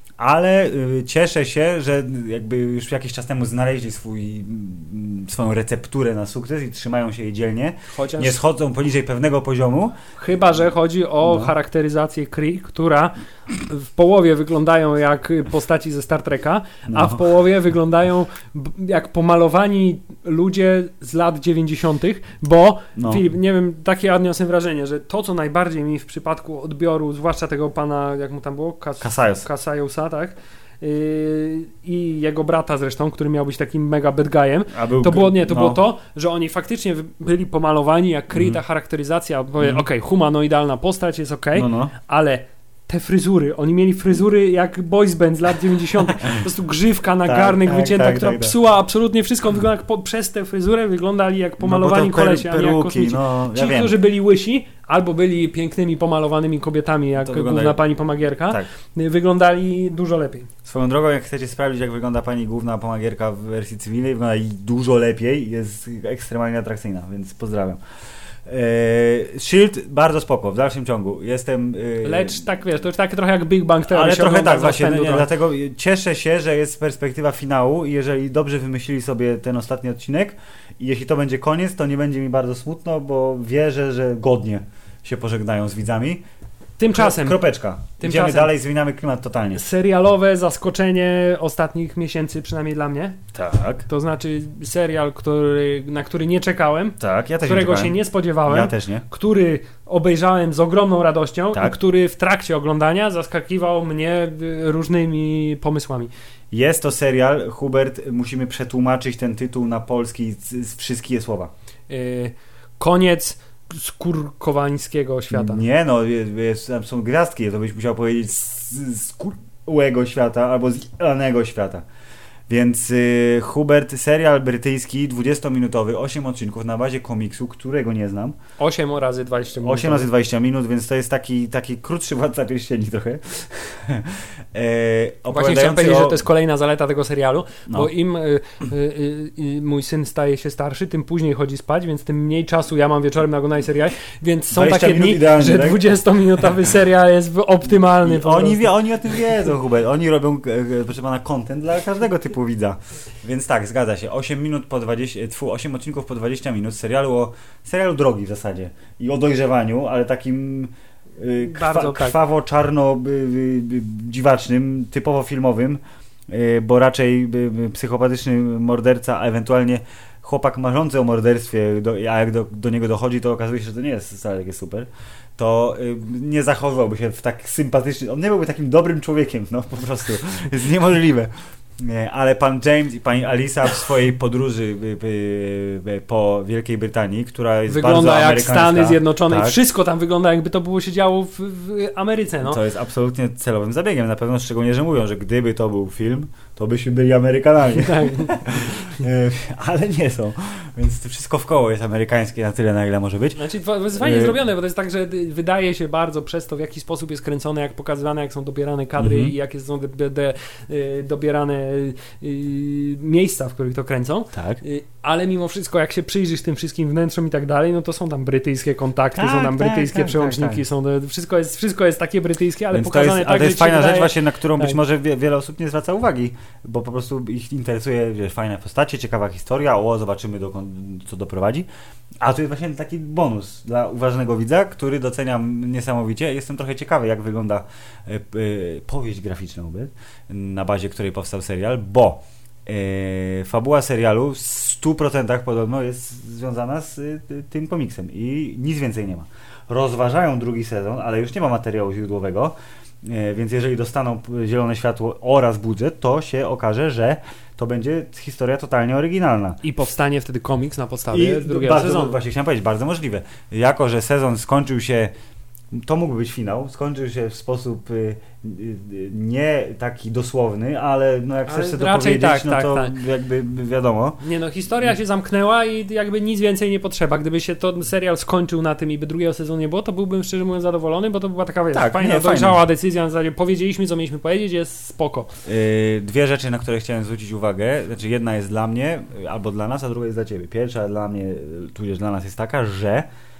ale y, cieszę się, że jakby już jakiś czas temu znaleźli swój, y, swoją recepturę na sukces i trzymają się jej dzielnie, Chociaż... nie schodzą poniżej pewnego poziomu. Chyba że chodzi o no. charakteryzację Kree, która w połowie wyglądają jak postaci ze Star Treka, no. a w połowie wyglądają jak pomalowani ludzie z lat dziewięćdziesiątych, bo no. Filip, nie wiem, takie odniosłem wrażenie, że to, co najbardziej mi w przypadku odbioru, zwłaszcza tego pana, jak mu tam było? Kas- Kasajos. Kasajusa, tak? Yy, i jego brata zresztą, który miał być takim mega bad guyem, to było nie, to no. było to, że oni faktycznie byli pomalowani jak Kree, mm. ta charakteryzacja, mm. okej, okay, humanoidalna postać jest okej, okay, no, no. ale te fryzury, oni mieli fryzury jak boys band z lat dziewięćdziesiątych. Po prostu grzywka na tak, garnek tak, wycięta, tak, która tak, psuła tak. absolutnie wszystko. Wygląda jak po, przez tę fryzurę wyglądali jak pomalowani no per, kolesie, a nie jak kosmici. No, ja Ci, wiem. którzy byli łysi, albo byli pięknymi, pomalowanymi kobietami, jak główna pani pomagierka, tak. wyglądali dużo lepiej. Swoją drogą, jak chcecie sprawdzić, jak wygląda pani główna pomagierka w wersji cywilnej, wygląda dużo lepiej i jest ekstremalnie atrakcyjna, więc pozdrawiam. Shield bardzo spoko, w dalszym ciągu. Jestem... Yy... Lecz tak, wiesz, to już tak trochę jak Big Bang Theory. Ale trochę tak, właśnie, nie, dlatego cieszę się, że jest perspektywa finału i jeżeli dobrze wymyślili sobie ten ostatni odcinek i jeśli to będzie koniec, to nie będzie mi bardzo smutno, bo wierzę, że godnie się pożegnają z widzami. Tymczasem. Kropeczka. Tymczasem. Idziemy dalej, zmieniamy klimat totalnie. Serialowe zaskoczenie ostatnich miesięcy, przynajmniej dla mnie. Tak. To znaczy serial, który, na który nie czekałem. Tak, ja też którego nie się nie spodziewałem. Ja też nie. Który obejrzałem z ogromną radością tak. i który w trakcie oglądania zaskakiwał mnie różnymi pomysłami. Jest to serial, Hubert, musimy przetłumaczyć ten tytuł na polski z, z wszystkie słowa. Yy, koniec skurkowańskiego świata. Nie no, jest, jest, tam są gwiazdki, to byś musiał powiedzieć z skurłego świata albo z lanego świata. Więc y, Hubert, serial brytyjski, dwudziestominutowy, osiem odcinków na bazie komiksu, którego nie znam. osiem razy dwadzieścia minut. osiem razy dwadzieścia minut, więc to jest taki, taki krótszy Władca Pierścieni trochę. e, Właśnie chciałem powiedzieć, o... że to jest kolejna zaleta tego serialu, no. bo im y, y, y, mój syn staje się starszy, tym później chodzi spać, więc tym mniej czasu ja mam wieczorem na oglądanie seriali, więc są takie dni, że tak? dwudziestominutowy serial jest optymalny. Oni, wie, oni o tym wiedzą, Hubert. Oni robią, e, proszę pana, content dla każdego typu widza. Więc tak, zgadza się. osiem minut po dwadzieścia, tfu, osiem odcinków po dwadzieścia minut serialu o serialu drogi w zasadzie i o dojrzewaniu, ale takim y, krwa, Bardzo, tak. krwawo-czarno y, y, dziwacznym, typowo filmowym, y, bo raczej y, y, psychopatyczny morderca, a ewentualnie chłopak marzący o morderstwie, do, a jak do, do niego dochodzi, to okazuje się, że to nie jest wcale takie super, to y, nie zachowywałby się w tak sympatyczny, on nie byłby takim dobrym człowiekiem, no po prostu, jest niemożliwe. Nie, ale pan James i pani Alisa w swojej podróży y, y, y, po Wielkiej Brytanii, która jest wygląda bardzo jak amerykańska. Stany Zjednoczone, tak. I wszystko tam wygląda jakby to było się działo w, w Ameryce. No. To jest absolutnie celowym zabiegiem, na pewno, szczególnie, że mówią, że gdyby to był film, to byśmy byli Amerykanami. Tak. Ale nie są. Więc to wszystko w koło jest amerykańskie na tyle, na ile może być. Znaczy, to jest fajnie zrobione, bo to jest tak, że wydaje się bardzo przez to, w jaki sposób jest kręcone, jak pokazywane, jak są dobierane kadry mm-hmm. i jakie są de, de, de, dobierane y, miejsca, w których to kręcą. Tak. Y, ale mimo wszystko, jak się przyjrzysz tym wszystkim wnętrzom i tak dalej, no to są tam brytyjskie kontakty, tak, są tam tak, brytyjskie tak, przełączniki, tak, tak. są, wszystko, jest, wszystko jest takie brytyjskie, ale Więc pokazane to jest, tak, to jest że fajna wydaje... rzecz właśnie, na którą tak. być może wie, wiele osób nie zwraca uwagi, bo po prostu ich interesuje, wiesz, fajne postacie, ciekawa historia, o, zobaczymy dokąd, co doprowadzi. A tu jest właśnie taki bonus dla uważnego widza, który doceniam niesamowicie. Jestem trochę ciekawy, jak wygląda y, y, powieść graficzna, na bazie której powstał serial, bo y, fabuła serialu w stu procentach podobno jest związana z y, tym komiksem i nic więcej nie ma. Rozważają drugi sezon, ale już nie ma materiału źródłowego, y, więc jeżeli dostaną zielone światło oraz budżet, to się okaże, że to będzie historia totalnie oryginalna. I powstanie wtedy komiks na podstawie I drugiego bardzo, sezonu. Właśnie chciałem powiedzieć, bardzo możliwe. Jako że sezon skończył się, to mógłby być finał, skończył się w sposób y, y, nie taki dosłowny, ale no jak ale chcesz sobie dopowiedzieć, tak, no tak, to tak. jakby wiadomo. Nie no, historia się zamknęła i jakby nic więcej nie potrzeba. Gdyby się ten serial skończył na tym i by drugiego sezonu nie było, to byłbym szczerze mówiąc zadowolony, bo to była taka, wiesz, tak, fajna, nie, dojrzała fajnie. decyzja, na zasadzie powiedzieliśmy, co mieliśmy powiedzieć, jest spoko. Yy, dwie rzeczy, na które chciałem zwrócić uwagę, znaczy jedna jest dla mnie, albo dla nas, a druga jest dla ciebie. Pierwsza dla mnie, tudzież dla nas jest taka, że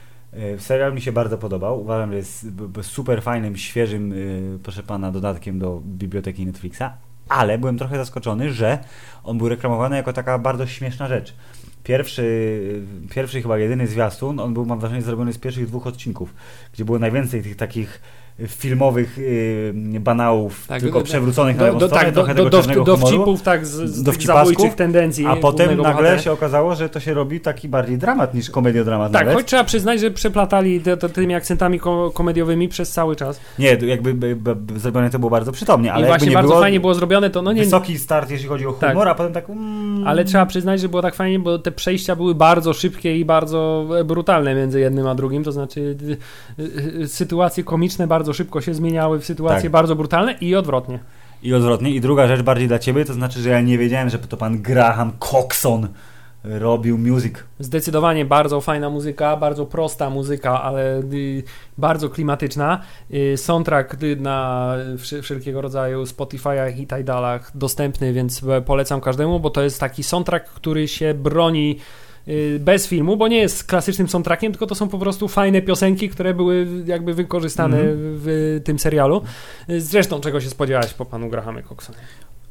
serial mi się bardzo podobał. Uważam, że jest super fajnym, świeżym, yy, proszę pana, dodatkiem do biblioteki Netflixa, ale byłem trochę zaskoczony, że on był reklamowany jako taka bardzo śmieszna rzecz. Pierwszy, pierwszy chyba jedyny zwiastun, on był, mam wrażenie, zrobiony z pierwszych dwóch odcinków, gdzie było najwięcej tych takich filmowych yy, banałów, tak, tylko do, przewróconych do, na lewą do, stronę, tak, trochę do, tego do, czarnego do humoru. Dowcipów, tak, z, z tych zabójczych tendencji. A potem nagle bohatera. się okazało, że to się robi taki bardziej dramat niż komediodramat. Tak, nawet. choć trzeba przyznać, że przeplatali te, te, tymi akcentami ko- komediowymi przez cały czas. Nie, jakby by, by, by zrobione to było bardzo przytomnie, ale i właśnie nie bardzo było, fajnie było zrobione to. No nie, wysoki start, jeśli chodzi o humor, tak. A potem tak... Mm. Ale trzeba przyznać, że było tak fajnie, bo te przejścia były bardzo szybkie i bardzo brutalne między jednym a drugim, to znaczy y, y, y, sytuacje komiczne bardzo szybko się zmieniały w sytuacje tak. bardzo brutalne i odwrotnie. I odwrotnie. I druga rzecz bardziej dla ciebie, to znaczy, że ja nie wiedziałem, że to pan Graham Coxon robił music. Zdecydowanie bardzo fajna muzyka, bardzo prosta muzyka, ale y, bardzo klimatyczna. Y, soundtrack y, na wsz- wszelkiego rodzaju Spotify'ach i Tidalach dostępny, więc polecam każdemu, bo to jest taki soundtrack, który się broni y, bez filmu, bo nie jest klasycznym soundtrackiem, tylko to są po prostu fajne piosenki, które były jakby wykorzystane mm-hmm. w tym serialu. Zresztą czego się spodziewałeś po panu Grahamie Coxonie?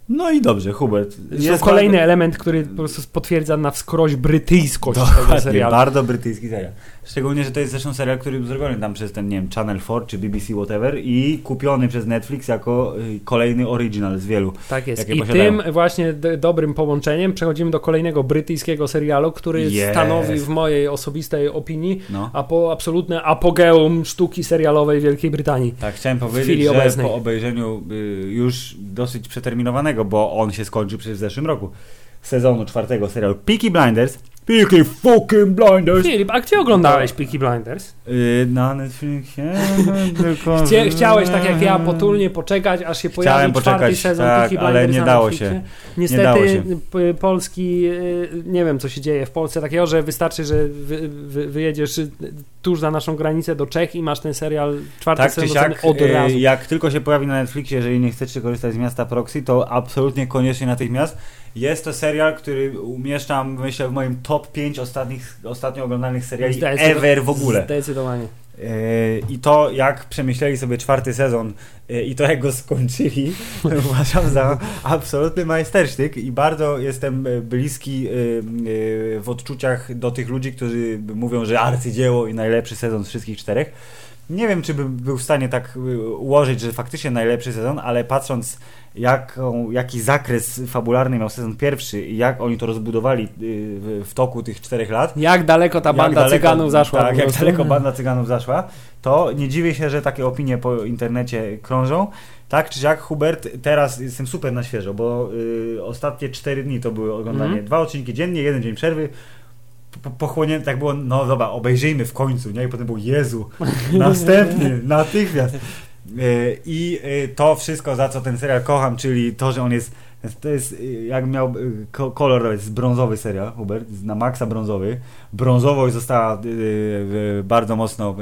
No i dobrze, Hubert. Jest to kolejny bardzo... element, który po prostu potwierdza na wskroś brytyjskość tego serialu. Bardzo brytyjski serial. Szczególnie, że to jest zresztą serial, który był zrobiony tam przez ten, nie wiem, Channel cztery czy B B C, whatever i kupiony przez Netflix jako kolejny original z wielu. Tak jest. I posiadają. Tym właśnie d- dobrym połączeniem przechodzimy do kolejnego brytyjskiego serialu, który yes. stanowi w mojej osobistej opinii no. apo, absolutne apogeum sztuki serialowej Wielkiej Brytanii. Tak, chciałem powiedzieć, że obecnej. Po obejrzeniu y, już dosyć przeterminowanego, bo on się skończył przecież w zeszłym roku, sezonu czwartego serialu Peaky Blinders. Peaky fucking Blinders. Filip, a gdzie oglądałeś Peaky Blinders? Yy, na Netflixie. Tylko... Chcie, chciałeś tak jak ja potulnie poczekać, aż się pojawi Chciałem czwarty poczekać, sezon tak, Peaky Blinders. Ale nie dało się. Niestety nie dało się. polski, nie wiem co się dzieje w Polsce takiego, że wystarczy, że wy, wy, wyjedziesz tuż za naszą granicę do Czech i masz ten serial czwarty tak, sezon siak, od razu. Jak tylko się pojawi na Netflixie, jeżeli nie chcecie korzystać z miasta proxy, to absolutnie koniecznie natychmiast. Jest to serial, który umieszczam, myślę, w moim top pięć ostatnich, ostatnio oglądanych seriali ever w ogóle. Zdecydowanie. I to, jak przemyśleli sobie czwarty sezon i to, jak go skończyli, uważam za absolutny majstersztyk i bardzo jestem bliski w odczuciach do tych ludzi, którzy mówią, że arcydzieło i najlepszy sezon z wszystkich czterech. Nie wiem, czy bym był w stanie tak ułożyć, że faktycznie najlepszy sezon, ale patrząc jaką, jaki zakres fabularny miał sezon pierwszy i jak oni to rozbudowali w, w toku tych czterech lat. Jak daleko ta banda daleko, cyganów zaszła. Tak, jak daleko banda cyganów zaszła, to nie dziwię się, że takie opinie po internecie krążą. Tak czy jak, Hubert, teraz jestem super na świeżo, bo y, ostatnie cztery dni to były oglądanie. Mm. Dwa odcinki dziennie, jeden dzień przerwy. Pochłonięte, tak było, no dobra, obejrzyjmy w końcu, nie? I potem było, Jezu, następny, natychmiast. I to wszystko, za co ten serial kocham, czyli to, że on jest, to jest, jak miał kolor, jest brązowy serial, Hubert, na maksa brązowy. Brązowość została bardzo mocno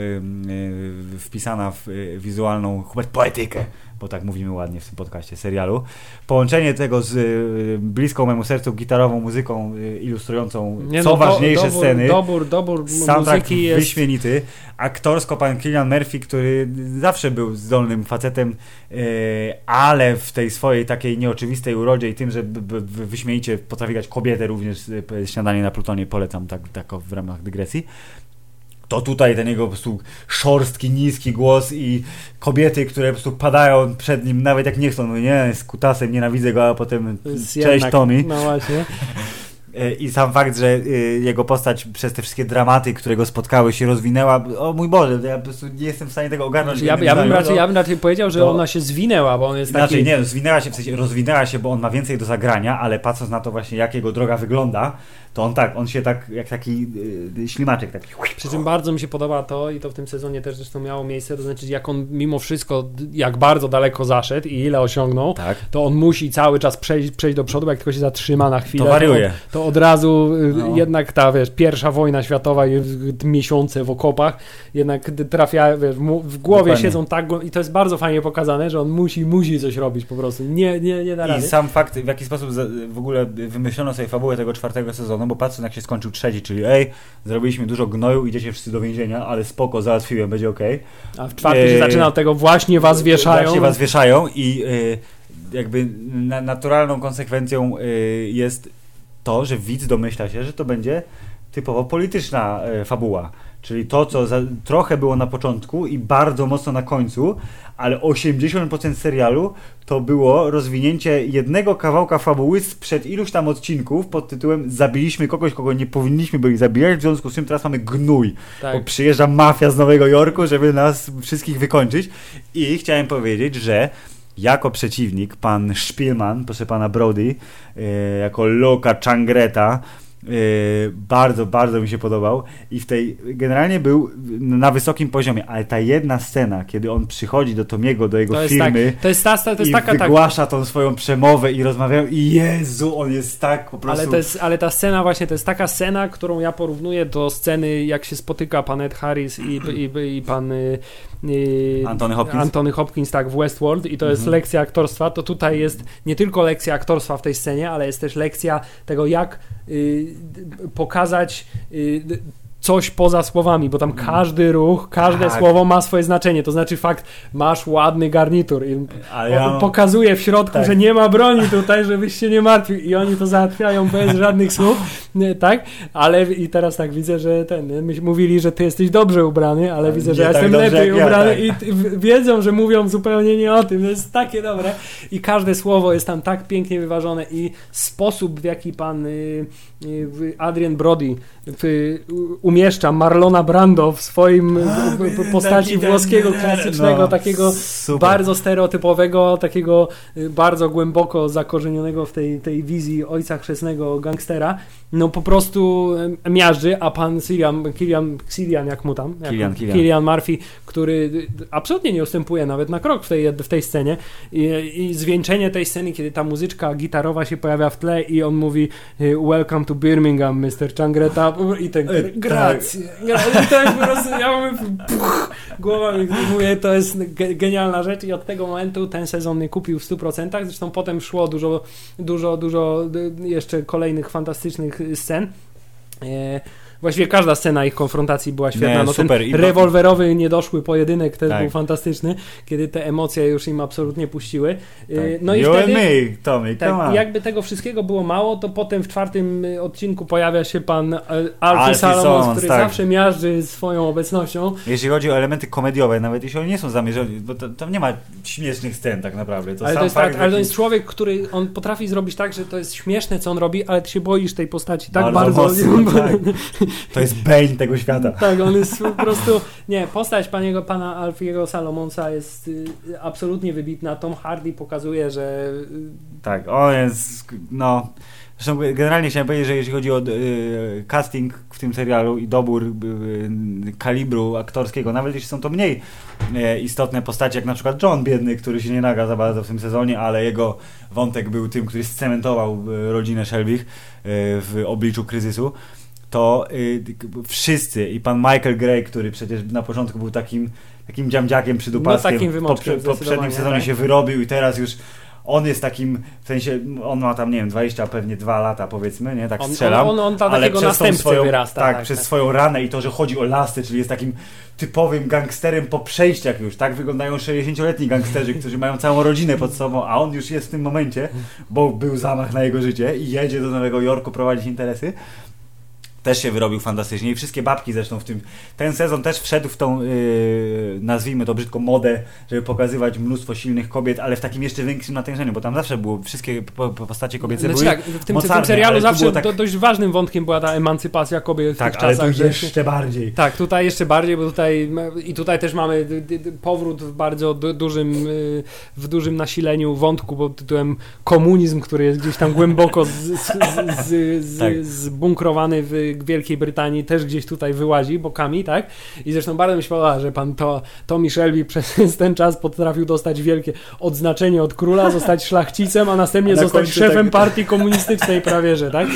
wpisana w wizualną, Hubert, poetykę, bo tak mówimy ładnie w tym podcaście, serialu. Połączenie tego z y, bliską memu sercu gitarową muzyką y, ilustrującą Nie co no, ważniejsze dobór, sceny. Dobór, dobór muzyki jest... wyśmienity. Aktorsko pan Cillian Murphy, który zawsze był zdolnym facetem, y, ale w tej swojej takiej nieoczywistej urodzie i tym, że b, b, wyśmienicie potrafi grać kobietę również, y, Śniadanie na Plutonie, polecam tak, tak w ramach dygresji. To tutaj ten jego po prostu szorstki, niski głos i kobiety, które po prostu padają przed nim, nawet jak nie chcą, no nie, jest kutasem, nienawidzę go, a potem cześć jednak, Tommy. No właśnie. I sam fakt, że jego postać przez te wszystkie dramaty, które go spotkały, się rozwinęła, o mój Boże, ja po prostu nie jestem w stanie tego ogarnąć. Ja, ja, bym, raczej, ja bym raczej powiedział, że to, ona się zwinęła, bo on jest inaczej, taki... nie, zwinęła się, w sensie rozwinęła się, bo on ma więcej do zagrania, ale patrząc na to właśnie, jak jego droga wygląda, to on tak, on się tak, jak taki yy, ślimaczek taki. Przy czym bardzo mi się podoba to i to w tym sezonie też zresztą miało miejsce, to znaczy jak on mimo wszystko, jak bardzo daleko zaszedł i ile osiągnął, tak. to on musi cały czas przejść, przejść do przodu, bo jak tylko się zatrzyma na chwilę, to wariuje. To, to od razu no. jednak ta, wiesz, pierwsza wojna światowa, miesiące w okopach, jednak trafia, wiesz, w głowie Dokładnie. siedzą tak, i to jest bardzo fajnie pokazane, że on musi, musi coś robić po prostu, nie, nie, nie da rady. I sam fakt, w jaki sposób w ogóle wymyślono sobie fabułę tego czwartego sezonu, bo patrząc jak się skończył trzeci, czyli ej, zrobiliśmy dużo gnoju, idziecie wszyscy do więzienia, ale spoko, załatwiłem, będzie okej. Okay. A w czwartym się zaczyna od tego, właśnie was wieszają. Właśnie was wieszają i yy, jakby na, naturalną konsekwencją yy, jest to, że widz domyśla się, że to będzie typowo polityczna yy, fabuła. Czyli to, co za, trochę było na początku i bardzo mocno na końcu, ale osiemdziesiąt procent serialu to było rozwinięcie jednego kawałka fabuły sprzed iluś tam odcinków pod tytułem zabiliśmy kogoś, kogo nie powinniśmy byli zabijać, w związku z czym teraz mamy gnój. Tak. Bo przyjeżdża mafia z Nowego Jorku, żeby nas wszystkich wykończyć. I chciałem powiedzieć, że jako przeciwnik pan Spielman, proszę pana Brody, yy, jako Luca Changreta, Yy, bardzo, bardzo mi się podobał i w tej generalnie był na wysokim poziomie, ale ta jedna scena, kiedy on przychodzi do Tomiego, do jego to firmy tak, to jest ta, to jest i taka, wygłasza tak. tą swoją przemowę i rozmawiają i Jezu, on jest tak po prostu... Ale, to jest, ale ta scena właśnie, to jest taka scena, którą ja porównuję do sceny, jak się spotyka pan Ed Harris i, i, i pan y, Anthony Hopkins. Anthony Hopkins, tak, w Westworld i to jest mhm. lekcja aktorstwa, to tutaj jest nie tylko lekcja aktorstwa w tej scenie, ale jest też lekcja tego, jak y, pokazać y, coś poza słowami, bo tam każdy ruch, każde tak. słowo ma swoje znaczenie, to znaczy fakt, masz ładny garnitur i ja... pokazuje w środku, tak. że nie ma broni tutaj, żebyś się nie martwił i oni to załatwiają bez żadnych słów, tak? Ale i teraz tak widzę, że ten, my mówili, że ty jesteś dobrze ubrany, ale widzę, że ja tak jestem lepiej ubrany ja, tak. i t- wiedzą, że mówią zupełnie nie o tym, to jest takie dobre i każde słowo jest tam tak pięknie wyważone i sposób, w jaki pan y, y, Adrien Brody y, umieszcza Marlona Brando w swoim y, postaci włoskiego, klasycznego, no, takiego super. Bardzo stereotypowego, takiego y, bardzo głęboko zakorzenionego w tej, tej wizji ojca chrzestnego gangstera, no po prostu y, miażdży, a pan Cillian, Cillian, Cillian jak mu tam? Jak Cillian, Cillian. Cillian Murphy, który y, absolutnie nie ustępuje nawet na krok w tej, w tej scenie i, i zwieńczenie tej sceny, kiedy ta muzyczka gitarowa się pojawia w tle i on mówi welcome to Birmingham, mister Changreta i ten grazie. I to jest po prostu, ja mówię, puch, głowa mi mówię, to jest ge- genialna rzecz i od tego momentu ten sezon mnie kupił w stu procentach, zresztą potem szło dużo, dużo, dużo jeszcze kolejnych fantastycznych scen. E- Właściwie każda scena ich konfrontacji była świetna. Nie, no super. Ten rewolwerowy, niedoszły pojedynek też tak. był fantastyczny, kiedy te emocje już im absolutnie puściły. Tak. No i wtedy, me, Tommy, tak, jakby tego wszystkiego było mało, to potem w czwartym odcinku pojawia się pan Alfie Salomons, który tak. zawsze miażdży swoją obecnością. Jeśli chodzi o elementy komediowe, nawet jeśli oni nie są zamierzeni, bo to, tam nie ma śmiesznych scen tak naprawdę. To ale, sam to jest fakt, tak, ale to jest człowiek, który on potrafi zrobić tak, że to jest śmieszne, co on robi, ale ty się boisz tej postaci tak bardzo. bardzo mocno, tak. To jest Bane tego świata. Tak, on jest po prostu... Nie, postać paniego, pana Alfiego Salomonsa jest y, absolutnie wybitna. Tom Hardy pokazuje, że... Y, tak, on jest... No... Zresztą generalnie chciałem powiedzieć, że jeśli chodzi o y, casting w tym serialu i dobór y, kalibru aktorskiego, nawet jeśli są to mniej y, istotne postacie, jak na przykład John biedny, który się nie naga za bardzo w tym sezonie, ale jego wątek był tym, który scementował y, rodzinę Shelby y, w obliczu kryzysu, to y, wszyscy i pan Michael Gray, który przecież na początku był takim takim dziamdziakiem przydupaskiem, no, takim wymoczkiem, po poprzednim sezonie tak? się wyrobił i teraz już on jest takim, w sensie, on ma tam, nie wiem, dwadzieścia, pewnie dwa lata powiedzmy, nie, tak on, strzelam. On, on, on ale takiego następcy swoją, wyrasta. Tak, tak przez tak. swoją ranę i to, że chodzi o lasy, czyli jest takim typowym gangsterem po przejściach już, tak wyglądają sześćdziesięcioletni gangsterzy, którzy mają całą rodzinę pod sobą, a on już jest w tym momencie, bo był zamach na jego życie i jedzie do Nowego Jorku prowadzić interesy. Też się wyrobił fantastycznie i wszystkie babki zresztą w tym, ten sezon też wszedł w tą, yy, nazwijmy to brzydko, modę, żeby pokazywać mnóstwo silnych kobiet, ale w takim jeszcze większym natężeniu, bo tam zawsze było, wszystkie po, po postacie kobiece znaczy były tak, w tym, mocarne, w tym serialu zawsze tak... do, dość ważnym wątkiem była ta emancypacja kobiet w tak, tych czasach. Tak, ale tu jeszcze że... bardziej. Tak, tutaj jeszcze bardziej, bo tutaj i tutaj też mamy powrót w bardzo dużym, w dużym nasileniu wątku pod tytułem komunizm, który jest gdzieś tam głęboko z, z, z, z, tak. zbunkrowany w Wielkiej Brytanii, też gdzieś tutaj wyłazi bokami, tak? I zresztą bardzo mi się podoba, że pan to, Tommy Shelby przez ten czas potrafił dostać wielkie odznaczenie od króla, zostać szlachcicem, a następnie a na zostać szefem tak... partii komunistycznej prawie, że, tak?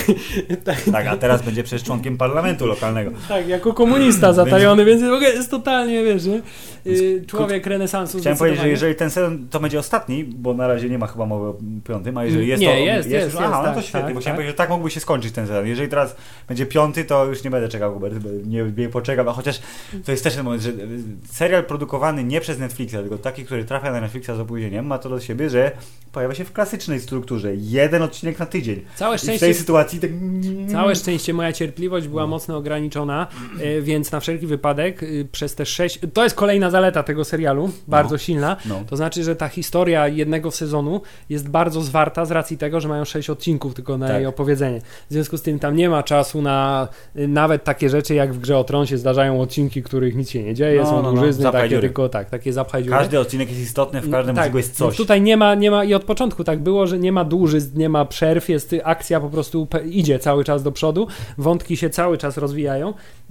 tak? Tak, a teraz będzie przecież członkiem parlamentu lokalnego. Tak, jako komunista zatajony, więc w ogóle jest totalnie, wiesz, nie? Człowiek renesansu. Chciałem powiedzieć, że jeżeli ten sezon to będzie ostatni, bo na razie nie ma chyba mowy o piątym, a jeżeli jest nie, to... jest, jest, jest, jest, aha, jest, no to tak, świetnie, tak, bo chciałem tak. powiedzieć, że tak mógłby się skończyć ten sezon. Jeżeli teraz będzie piąty, to już nie będę czekał, Hubert, nie, nie poczekam, a chociaż to jest też ten moment, że serial produkowany nie przez Netflixa, tylko taki, który trafia na Netflixa z opóźnieniem, ma to do siebie, że pojawia się w klasycznej strukturze. Jeden odcinek na tydzień. Całe szczęście, I w tej sytuacji... Tak... Całe szczęście moja cierpliwość była mocno ograniczona, więc na wszelki wypadek przez te sześć... To jest kolejna zaleta tego serialu, bardzo no. silna. No. To znaczy, że ta historia jednego sezonu jest bardzo zwarta z racji tego, że mają sześć odcinków tylko na tak. jej opowiedzenie. W związku z tym tam nie ma czasu na nawet takie rzeczy, jak w Grze o Tron się zdarzają odcinki, których nic się nie dzieje, no, są no, dłużyzny, no. takie dziury. tylko tak, takie zapchaj dziury. Każdy odcinek jest istotny, w każdym tak, jest coś. Tutaj nie ma, nie ma i od początku tak było, że nie ma dłużyzn, nie ma przerw, jest akcja po prostu idzie cały czas do przodu, wątki się cały czas rozwijają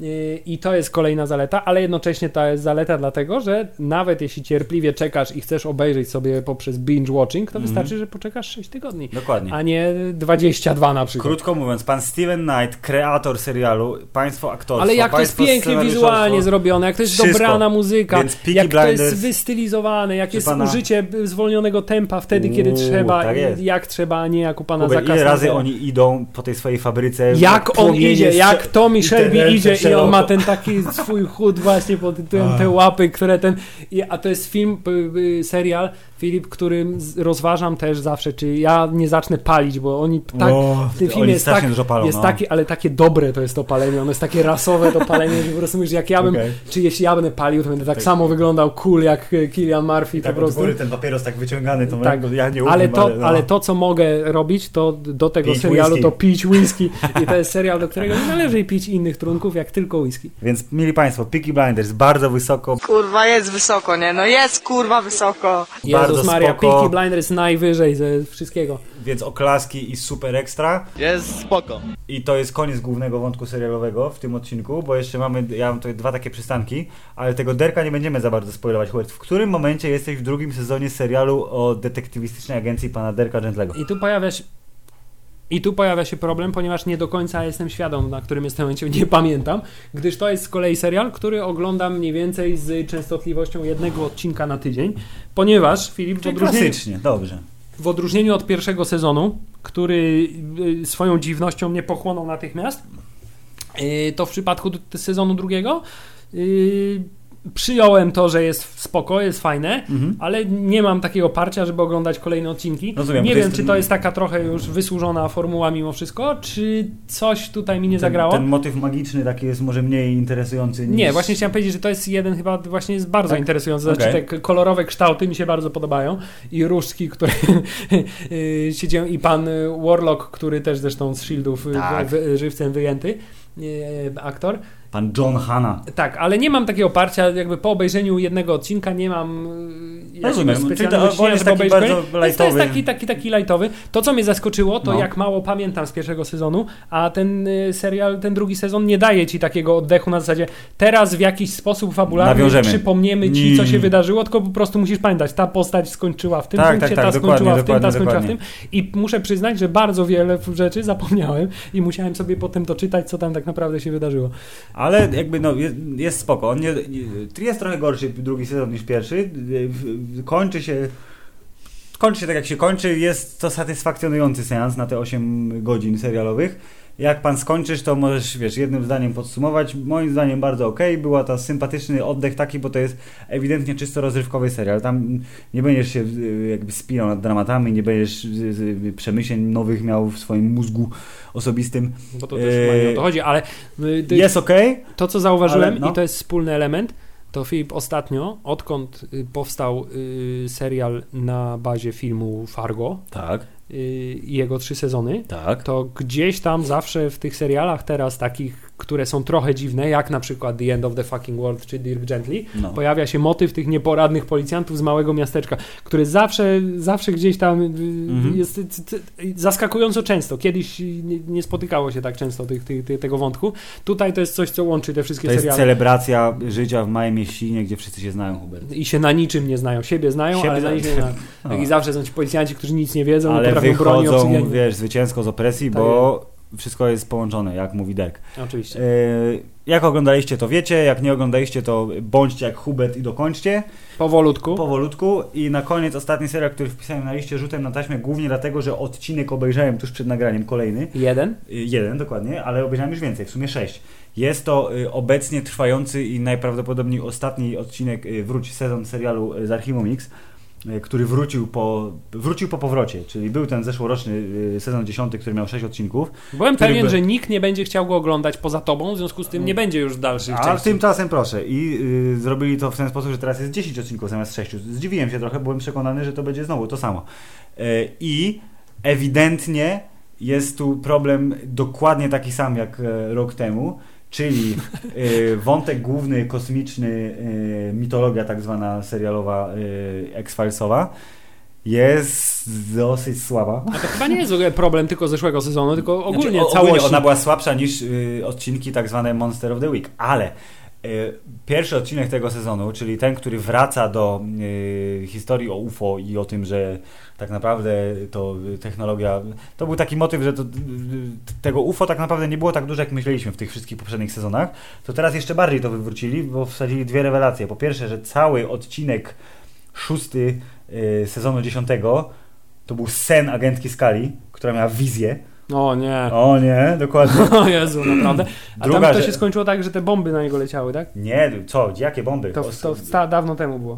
i to jest kolejna zaleta, ale jednocześnie to jest zaleta dlatego, że nawet jeśli cierpliwie czekasz i chcesz obejrzeć sobie poprzez binge watching, to mm-hmm. wystarczy, że poczekasz sześć tygodni. Dokładnie. A nie dwadzieścia dwa na przykład. Krótko mówiąc, pan Steven Knight, kreator serialu, państwo aktorstwo, ale jak to jest pięknie wizualnie zrobione, jak to jest wszystko. Dobrana muzyka, jak to jest wystylizowane, jak jest pana... użycie zwolnionego tempa wtedy, kiedy Uuu, trzeba tak i jak trzeba, a nie jak u pana Hubert, ile razy oni idą po tej swojej fabryce. Jak on idzie, jak Tommy Shelby idzie i on ma ten taki swój chód właśnie pod tytułem te łapy, które ten... A to jest film, serial, Filip, którym rozważam też zawsze, czy ja nie zacznę palić, bo oni tak, o, w tym filmie jest, tak, palą, jest no. takie, ale takie dobre to jest to palenie, ono jest takie rasowe to palenie, że po prostu mówisz, jak ja bym, okay. czy jeśli ja będę palił, to będę tak, tak. samo wyglądał cool jak Cillian Murphy. Tak, po prostu. Góry ten papieros tak wyciągany, to tak. ja nie umiem, ale, to, ale, no. ale to, co mogę robić, to do tego pić serialu whisky. To pić whisky i to jest serial, do którego nie należy pić innych trunków, jak tylko whisky. Więc, mili państwo, Peaky Blinders, bardzo wysoko. Kurwa, jest wysoko, nie? No jest, kurwa, wysoko. Jezus Maria, Peaky Blinders najwyżej ze wszystkiego. Więc oklaski i super ekstra. Jest spoko. I to jest koniec głównego wątku serialowego w tym odcinku, bo jeszcze mamy, ja mam tutaj dwa takie przystanki, ale tego derka nie będziemy za bardzo spoilować. Hubert, w którym momencie jesteś w drugim sezonie serialu o detektywistycznej agencji pana Derka Gentlego? I tu pojawia się I tu pojawia się problem, ponieważ nie do końca jestem świadom, na którym jestem momencie, nie pamiętam, gdyż to jest z kolei serial, który oglądam mniej więcej z częstotliwością jednego odcinka na tydzień, ponieważ Filip, w odróżnieniu, klasycznie, dobrze. W odróżnieniu od pierwszego sezonu, który swoją dziwnością mnie pochłonął natychmiast, to w przypadku sezonu drugiego przyjąłem to, że jest spoko, jest fajne, mhm. ale nie mam takiego parcia, żeby oglądać kolejne odcinki. Rozumiem, nie wiem, jest czy ten... to jest taka trochę już wysłużona formuła mimo wszystko, czy coś tutaj mi nie ten, zagrało. Ten motyw magiczny taki jest może mniej interesujący niż... Nie, właśnie chciałem powiedzieć, że to jest jeden chyba właśnie jest bardzo tak? interesujący. Znaczy okay. te kolorowe kształty mi się bardzo podobają i różdżki, które siedział i pan Warlock, który też zresztą z Shieldów tak. wy, żywcem wyjęty aktor. Pan John Hanna. Tak, ale nie mam takiego oparcia, jakby po obejrzeniu jednego odcinka nie mam Rozumiem, specjalności, to, jest taki bardzo lightowy. To jest taki, taki, taki lightowy. To, co mnie zaskoczyło, to no. jak mało pamiętam z pierwszego sezonu, a ten serial, ten drugi sezon nie daje ci takiego oddechu na zasadzie teraz w jakiś sposób fabularny Nawiążemy. przypomniemy ci, co się wydarzyło, tylko po prostu musisz pamiętać, ta postać skończyła w tym tak, punkcie, tak, tak, ta skończyła w tym, ta skończyła dokładnie. w tym i muszę przyznać, że bardzo wiele rzeczy zapomniałem i musiałem sobie potem doczytać, co tam tak naprawdę się wydarzyło. Ale jakby no jest, jest spoko. On nie, jest trochę gorszy drugi sezon niż pierwszy. Kończy się kończy się tak jak się kończy. Jest to satysfakcjonujący seans na te osiem godzin serialowych. Jak pan skończysz, to możesz, wiesz, jednym zdaniem podsumować. Moim zdaniem bardzo okej. Okay. Była to sympatyczny oddech taki, bo to jest ewidentnie czysto rozrywkowy serial. Tam nie będziesz się jakby spinał nad dramatami, nie będziesz przemyśleń nowych miał w swoim mózgu osobistym. Bo to też e... nie o to chodzi, ale y, jest okej. Okay, to, co zauważyłem, ale, no. i to jest wspólny element, to Filip ostatnio, odkąd powstał y, serial na bazie filmu Fargo, tak. i jego trzy sezony, tak. to gdzieś tam zawsze w tych serialach teraz takich, które są trochę dziwne, jak na przykład The End of the Fucking World czy Dirk Gently, no. pojawia się motyw tych nieporadnych policjantów z małego miasteczka, który zawsze, zawsze gdzieś tam mhm. jest zaskakująco często. Kiedyś nie, nie spotykało się tak często tych, tych, tych, tego wątku. Tutaj to jest coś, co łączy te wszystkie seriale. To jest seriale. Celebracja życia w małej mieścinie, gdzie wszyscy się znają, Hubert. I się na niczym nie znają. Siebie znają, Siebie ale na nic nie znają. No. I zawsze są ci policjanci, którzy nic nie wiedzą, ale wychodzą, wiesz, zwycięsko z opresji, tak bo jest. Wszystko jest połączone, jak mówi Derek. Oczywiście. Yy, jak oglądaliście, to wiecie, jak nie oglądaliście, to bądźcie jak Hubert i dokończcie. Powolutku. Powolutku. I na koniec ostatni serial, który wpisałem na liście rzutem na taśmę, głównie dlatego, że odcinek obejrzałem tuż przed nagraniem, kolejny. Jeden? Yy, jeden, dokładnie, ale obejrzałem już więcej, w sumie sześć. Jest to y, obecnie trwający i najprawdopodobniej ostatni odcinek y, Wróć, sezon serialu y, z Archiwum Mix, który wrócił po, wrócił po powrocie, czyli był ten zeszłoroczny sezon dziesiąty, który miał sześć odcinków. Byłem pewien, by... że nikt nie będzie chciał go oglądać poza tobą, w związku z tym nie będzie już dalszych części. A tymczasem proszę. I y, zrobili to w ten sposób, że teraz jest dziesięć odcinków zamiast sześciu. Zdziwiłem się trochę, byłem przekonany, że to będzie znowu to samo. Y, I ewidentnie jest tu problem dokładnie taki sam jak rok temu, czyli y, wątek główny, kosmiczny, y, mitologia tak zwana serialowa, y, X-Filesowa jest dosyć słaba. A to chyba nie jest problem tylko zeszłego sezonu, tylko ogólnie znaczy, całości. Ogólnie ona była słabsza niż y, odcinki tak zwane Monster of the Week, ale Pierwszy odcinek tego sezonu, czyli ten, który wraca do y, historii o U F O i o tym, że tak naprawdę to technologia, to był taki motyw, że to, y, tego U F O tak naprawdę nie było tak dużo, jak myśleliśmy w tych wszystkich poprzednich sezonach, to teraz jeszcze bardziej to wywrócili, bo wsadzili dwie rewelacje. Po pierwsze, że cały odcinek szósty y, sezonu dziesiątego to był sen agentki Scully, która miała wizję. O nie. O nie, dokładnie. O Jezu, naprawdę. A Druga, tam to że... się skończyło tak, że te bomby na niego leciały, tak? Nie, co? Jakie bomby? To, to sta, dawno temu było.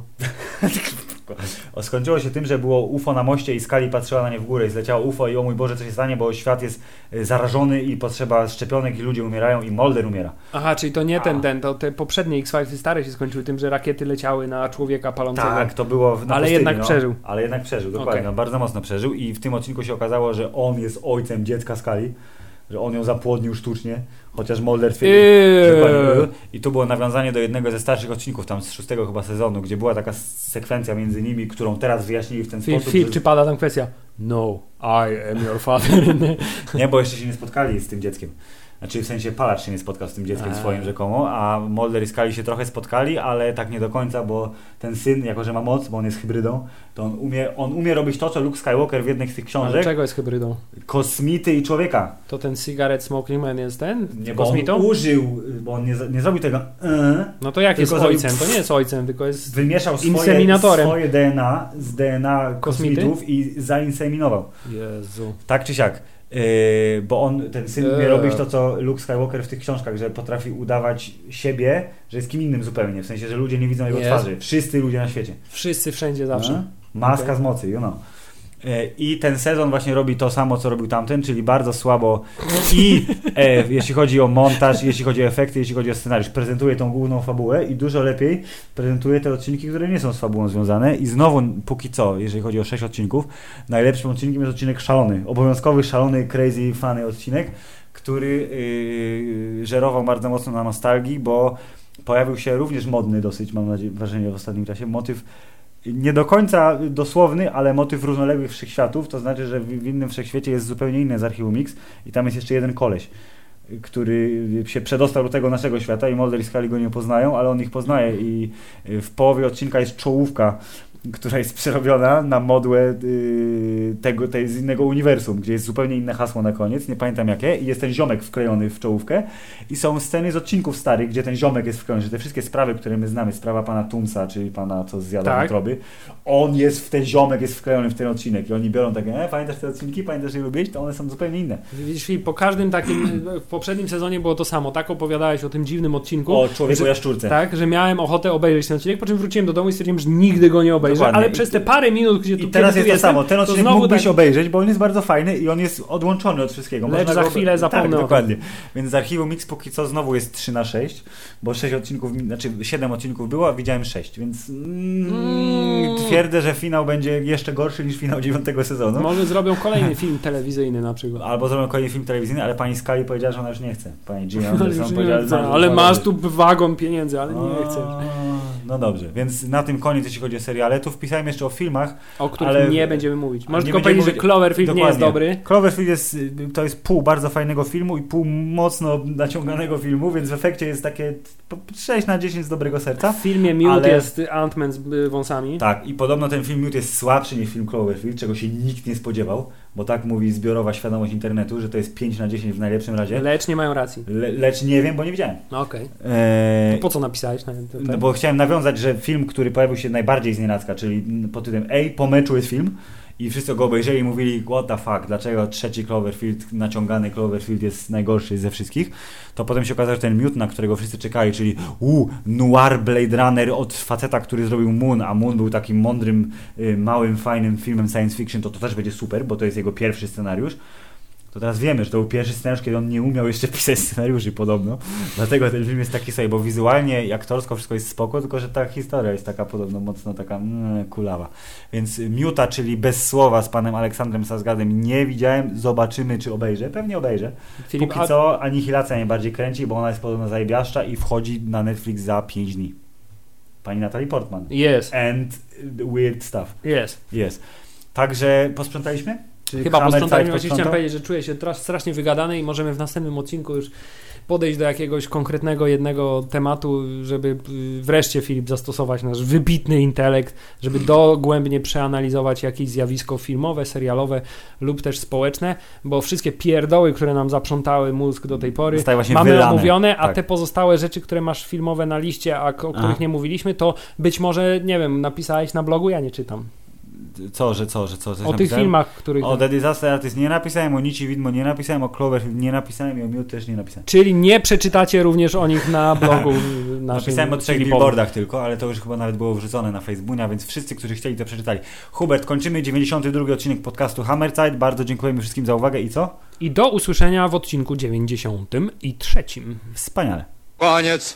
O, skończyło się tym, że było U F O na moście i Scully patrzyła na nie w górę i zleciało U F O i o mój Boże, co się stanie, bo świat jest zarażony i potrzeba szczepionek i ludzie umierają i Mulder umiera. Aha, czyli to nie ten, ten, to te poprzednie X-Files stare się skończyły tym, że rakiety leciały na człowieka palącego. Tak, to było na Ale pustyni, jednak no. przeżył. Ale jednak przeżył, dokładnie, Okay. no, bardzo mocno przeżył i w tym odcinku się okazało, że on jest ojcem dziecka Scully, że on ją zapłodnił sztucznie, chociaż Mulder twierdził. Eee. I tu było nawiązanie do jednego ze starszych odcinków, tam z szóstego chyba sezonu, gdzie była taka sekwencja między nimi, którą teraz wyjaśnili w ten Filip, sposób. Filip że... czy pada tam kwestia? No, I am your father. Nie, bo jeszcze się nie spotkali z tym dzieckiem. Znaczy w sensie Palacz się nie spotkał z tym dzieckiem eee. swoim rzekomo, a Mulder i Scully się trochę spotkali, ale tak nie do końca, bo ten syn, jako że ma moc, bo on jest hybrydą, to on umie, on umie robić to, co Luke Skywalker w jednej z tych książek. Ale czego jest hybrydą? Kosmity i człowieka. To ten cigarette smoking man jest ten? Nie, bo kosmitą? on użył, bo on nie, nie zrobił tego yy, No to jak jest tylko ojcem? zrobił- To nie jest ojcem, tylko jest... wymieszał swoje, Inseminatorem. swoje D N A z D N A Kosmity? kosmitów i zainseminował. Jezu. Tak czy siak. Yy, bo on, ten syn umie Eee. robić to, co Luke Skywalker w tych książkach, że potrafi udawać siebie, że jest kim innym zupełnie, w sensie, że ludzie nie widzą jego Jest. twarzy. Wszyscy ludzie na świecie. Wszyscy, wszędzie, zawsze. No? Maska Okay. z mocy, you know. Yy, I ten sezon właśnie robi to samo, co robił tamten, czyli bardzo słabo i e, jeśli chodzi o montaż, jeśli chodzi o efekty, jeśli chodzi o scenariusz, prezentuje tą główną fabułę i dużo lepiej prezentuje te odcinki, które nie są z fabułą związane i znowu, póki co, jeżeli chodzi o sześć odcinków, najlepszym odcinkiem jest odcinek szalony, obowiązkowy, szalony, crazy, funny odcinek, który yy, żerował bardzo mocno na nostalgii, bo pojawił się również modny dosyć, mam nadzieję, wrażenie w ostatnim czasie, motyw nie do końca dosłowny, ale motyw równoległych wszechświatów, to znaczy, że w, w innym wszechświecie jest zupełnie inny z Archiwum Mix i tam jest jeszcze jeden koleś, który się przedostał do tego naszego świata i Mulder i Scully go nie poznają, ale on ich poznaje i w połowie odcinka jest czołówka, która jest przerobiona na modłę yy, tego, tej z innego uniwersum, gdzie jest zupełnie inne hasło na koniec, nie pamiętam jakie, i jest ten ziomek wklejony w czołówkę i są sceny z odcinków starych, gdzie ten ziomek jest wklejony, że te wszystkie sprawy, które my znamy, sprawa pana Tumsa, czyli pana, co zjada Tak. wątroby, on jest w ten ziomek, jest wklejony w ten odcinek i oni biorą takie, e, pamiętasz te odcinki, pamiętasz je lubić, to one są zupełnie inne. Widzisz, Filip, po każdym takim, w poprzednim sezonie było to samo, tak opowiadałeś o tym dziwnym odcinku. O człowieku że, jaszczurce. Tak, że miałem ochotę obejrzeć ten odcinek, po czym wróciłem do domu i stwierdziłem, że nigdy go nie obejrzę, Dokładnie. ale przez te parę minut, gdzie tu I teraz kiedy jest tu to jestem, samo. Ten odcinek znowu mógłbyś tak- obejrzeć, bo on jest bardzo fajny i on jest odłączony od wszystkiego. Lecz Można za go... chwilę zapomnę Tak, o tym. dokładnie. Więc z Archiwum Mix póki co znowu jest trzy na sześć, bo sześć odcinków, znaczy siedem odcinków było, a widziałem sześć, więc mm, Mm. twierdzę, że finał będzie jeszcze gorszy niż finał dziewiątego sezonu. Może zrobią kolejny film telewizyjny na przykład. Albo zrobią kolejny film telewizyjny, ale pani Scully powiedziała, że ona już nie chce. Pani Gina Ale, Anderson już nie powiedziała, chcę, że ale masz tu wagon pieniędzy, ale nie chcę. No dobrze, więc na tym koniec, jeśli chodzi o seriale. Tu wpisałem jeszcze o filmach, O których ale- nie będziemy mówić. Możesz nie tylko powiedzieć, będziemy że Cloverfield nie jest Dokładnie. dobry. Cloverfield jest, to jest pół bardzo fajnego filmu i pół mocno naciąganego filmu, więc w efekcie jest takie sześć na dziesięć z dobrego serca. W filmie Mute Ale- jest Ant-Man z y, wąsami. Tak, i podobno ten film Mute jest słabszy niż film Cloverfield, czego się nikt nie spodziewał, bo tak mówi zbiorowa świadomość internetu, że to jest pięć na dziesięć w najlepszym razie. Lecz nie mają racji. Le, lecz nie wiem, bo nie widziałem. No okej. Eee, To po co napisałeś? Na, to, no bo chciałem nawiązać, że film, który pojawił się najbardziej znienacka, czyli pod tytułem Ej, po meczu jest film i wszyscy go obejrzeli i mówili what the fuck, dlaczego trzeci Cloverfield, naciągany Cloverfield jest najgorszy ze wszystkich, to potem się okazało, że ten Mute, na którego wszyscy czekali, czyli u, noir Blade Runner od faceta, który zrobił Moon, a Moon był takim mądrym, y, małym, fajnym filmem science fiction, to to też będzie super, bo to jest jego pierwszy scenariusz. To teraz wiemy, że to był pierwszy scenariusz, kiedy on nie umiał jeszcze pisać scenariuszy podobno. Dlatego ten film jest taki sobie, bo wizualnie i aktorsko wszystko jest spoko, tylko że ta historia jest taka podobno mocno taka mm, kulawa. Więc Muta, czyli bez słowa z panem Aleksandrem Skarsgardem nie widziałem, zobaczymy czy obejrzę. Pewnie obejrzę. Filip, Póki a- co Anihilacja mnie bardziej kręci, bo ona jest podobno zajebiaszcza i wchodzi na Netflix za pięć dni. Pani Natalie Portman. Jest, And weird stuff. jest. Jest. Także posprzątaliśmy? Czy Chyba Hammer posprzątaliśmy, Fight właśnie chciałem posprzątał? powiedzieć, że czuję się teraz strasznie wygadany i możemy w następnym odcinku już podejść do jakiegoś konkretnego jednego tematu, żeby wreszcie, Filip, zastosować nasz wybitny intelekt, żeby dogłębnie przeanalizować jakieś zjawisko filmowe, serialowe lub też społeczne, bo wszystkie pierdoły, które nam zaprzątały mózg do tej pory, mamy wylane. omówione, a tak. te pozostałe rzeczy, które masz filmowe na liście, a o których a. nie mówiliśmy, to być może, nie wiem, napisałeś na blogu, ja nie czytam. Co, że co, że co? Coś o tych filmach, których... O The Disaster Artist nie napisałem, o Nici Widmo nie napisałem, o Cloverfield nie napisałem i o Mute też nie napisałem. Czyli nie przeczytacie również o nich na blogu naszym. Napisałem o trzech billboardach tylko, ale to już chyba nawet było wrzucone na Facebooka, więc wszyscy, którzy chcieli, to przeczytali. Hubert, kończymy dziewięćdziesiąty drugi odcinek podcastu Hammerzeit. Bardzo dziękujemy wszystkim za uwagę i co? I do usłyszenia w odcinku dziewięćdziesiątym trzecim. Wspaniale. Koniec.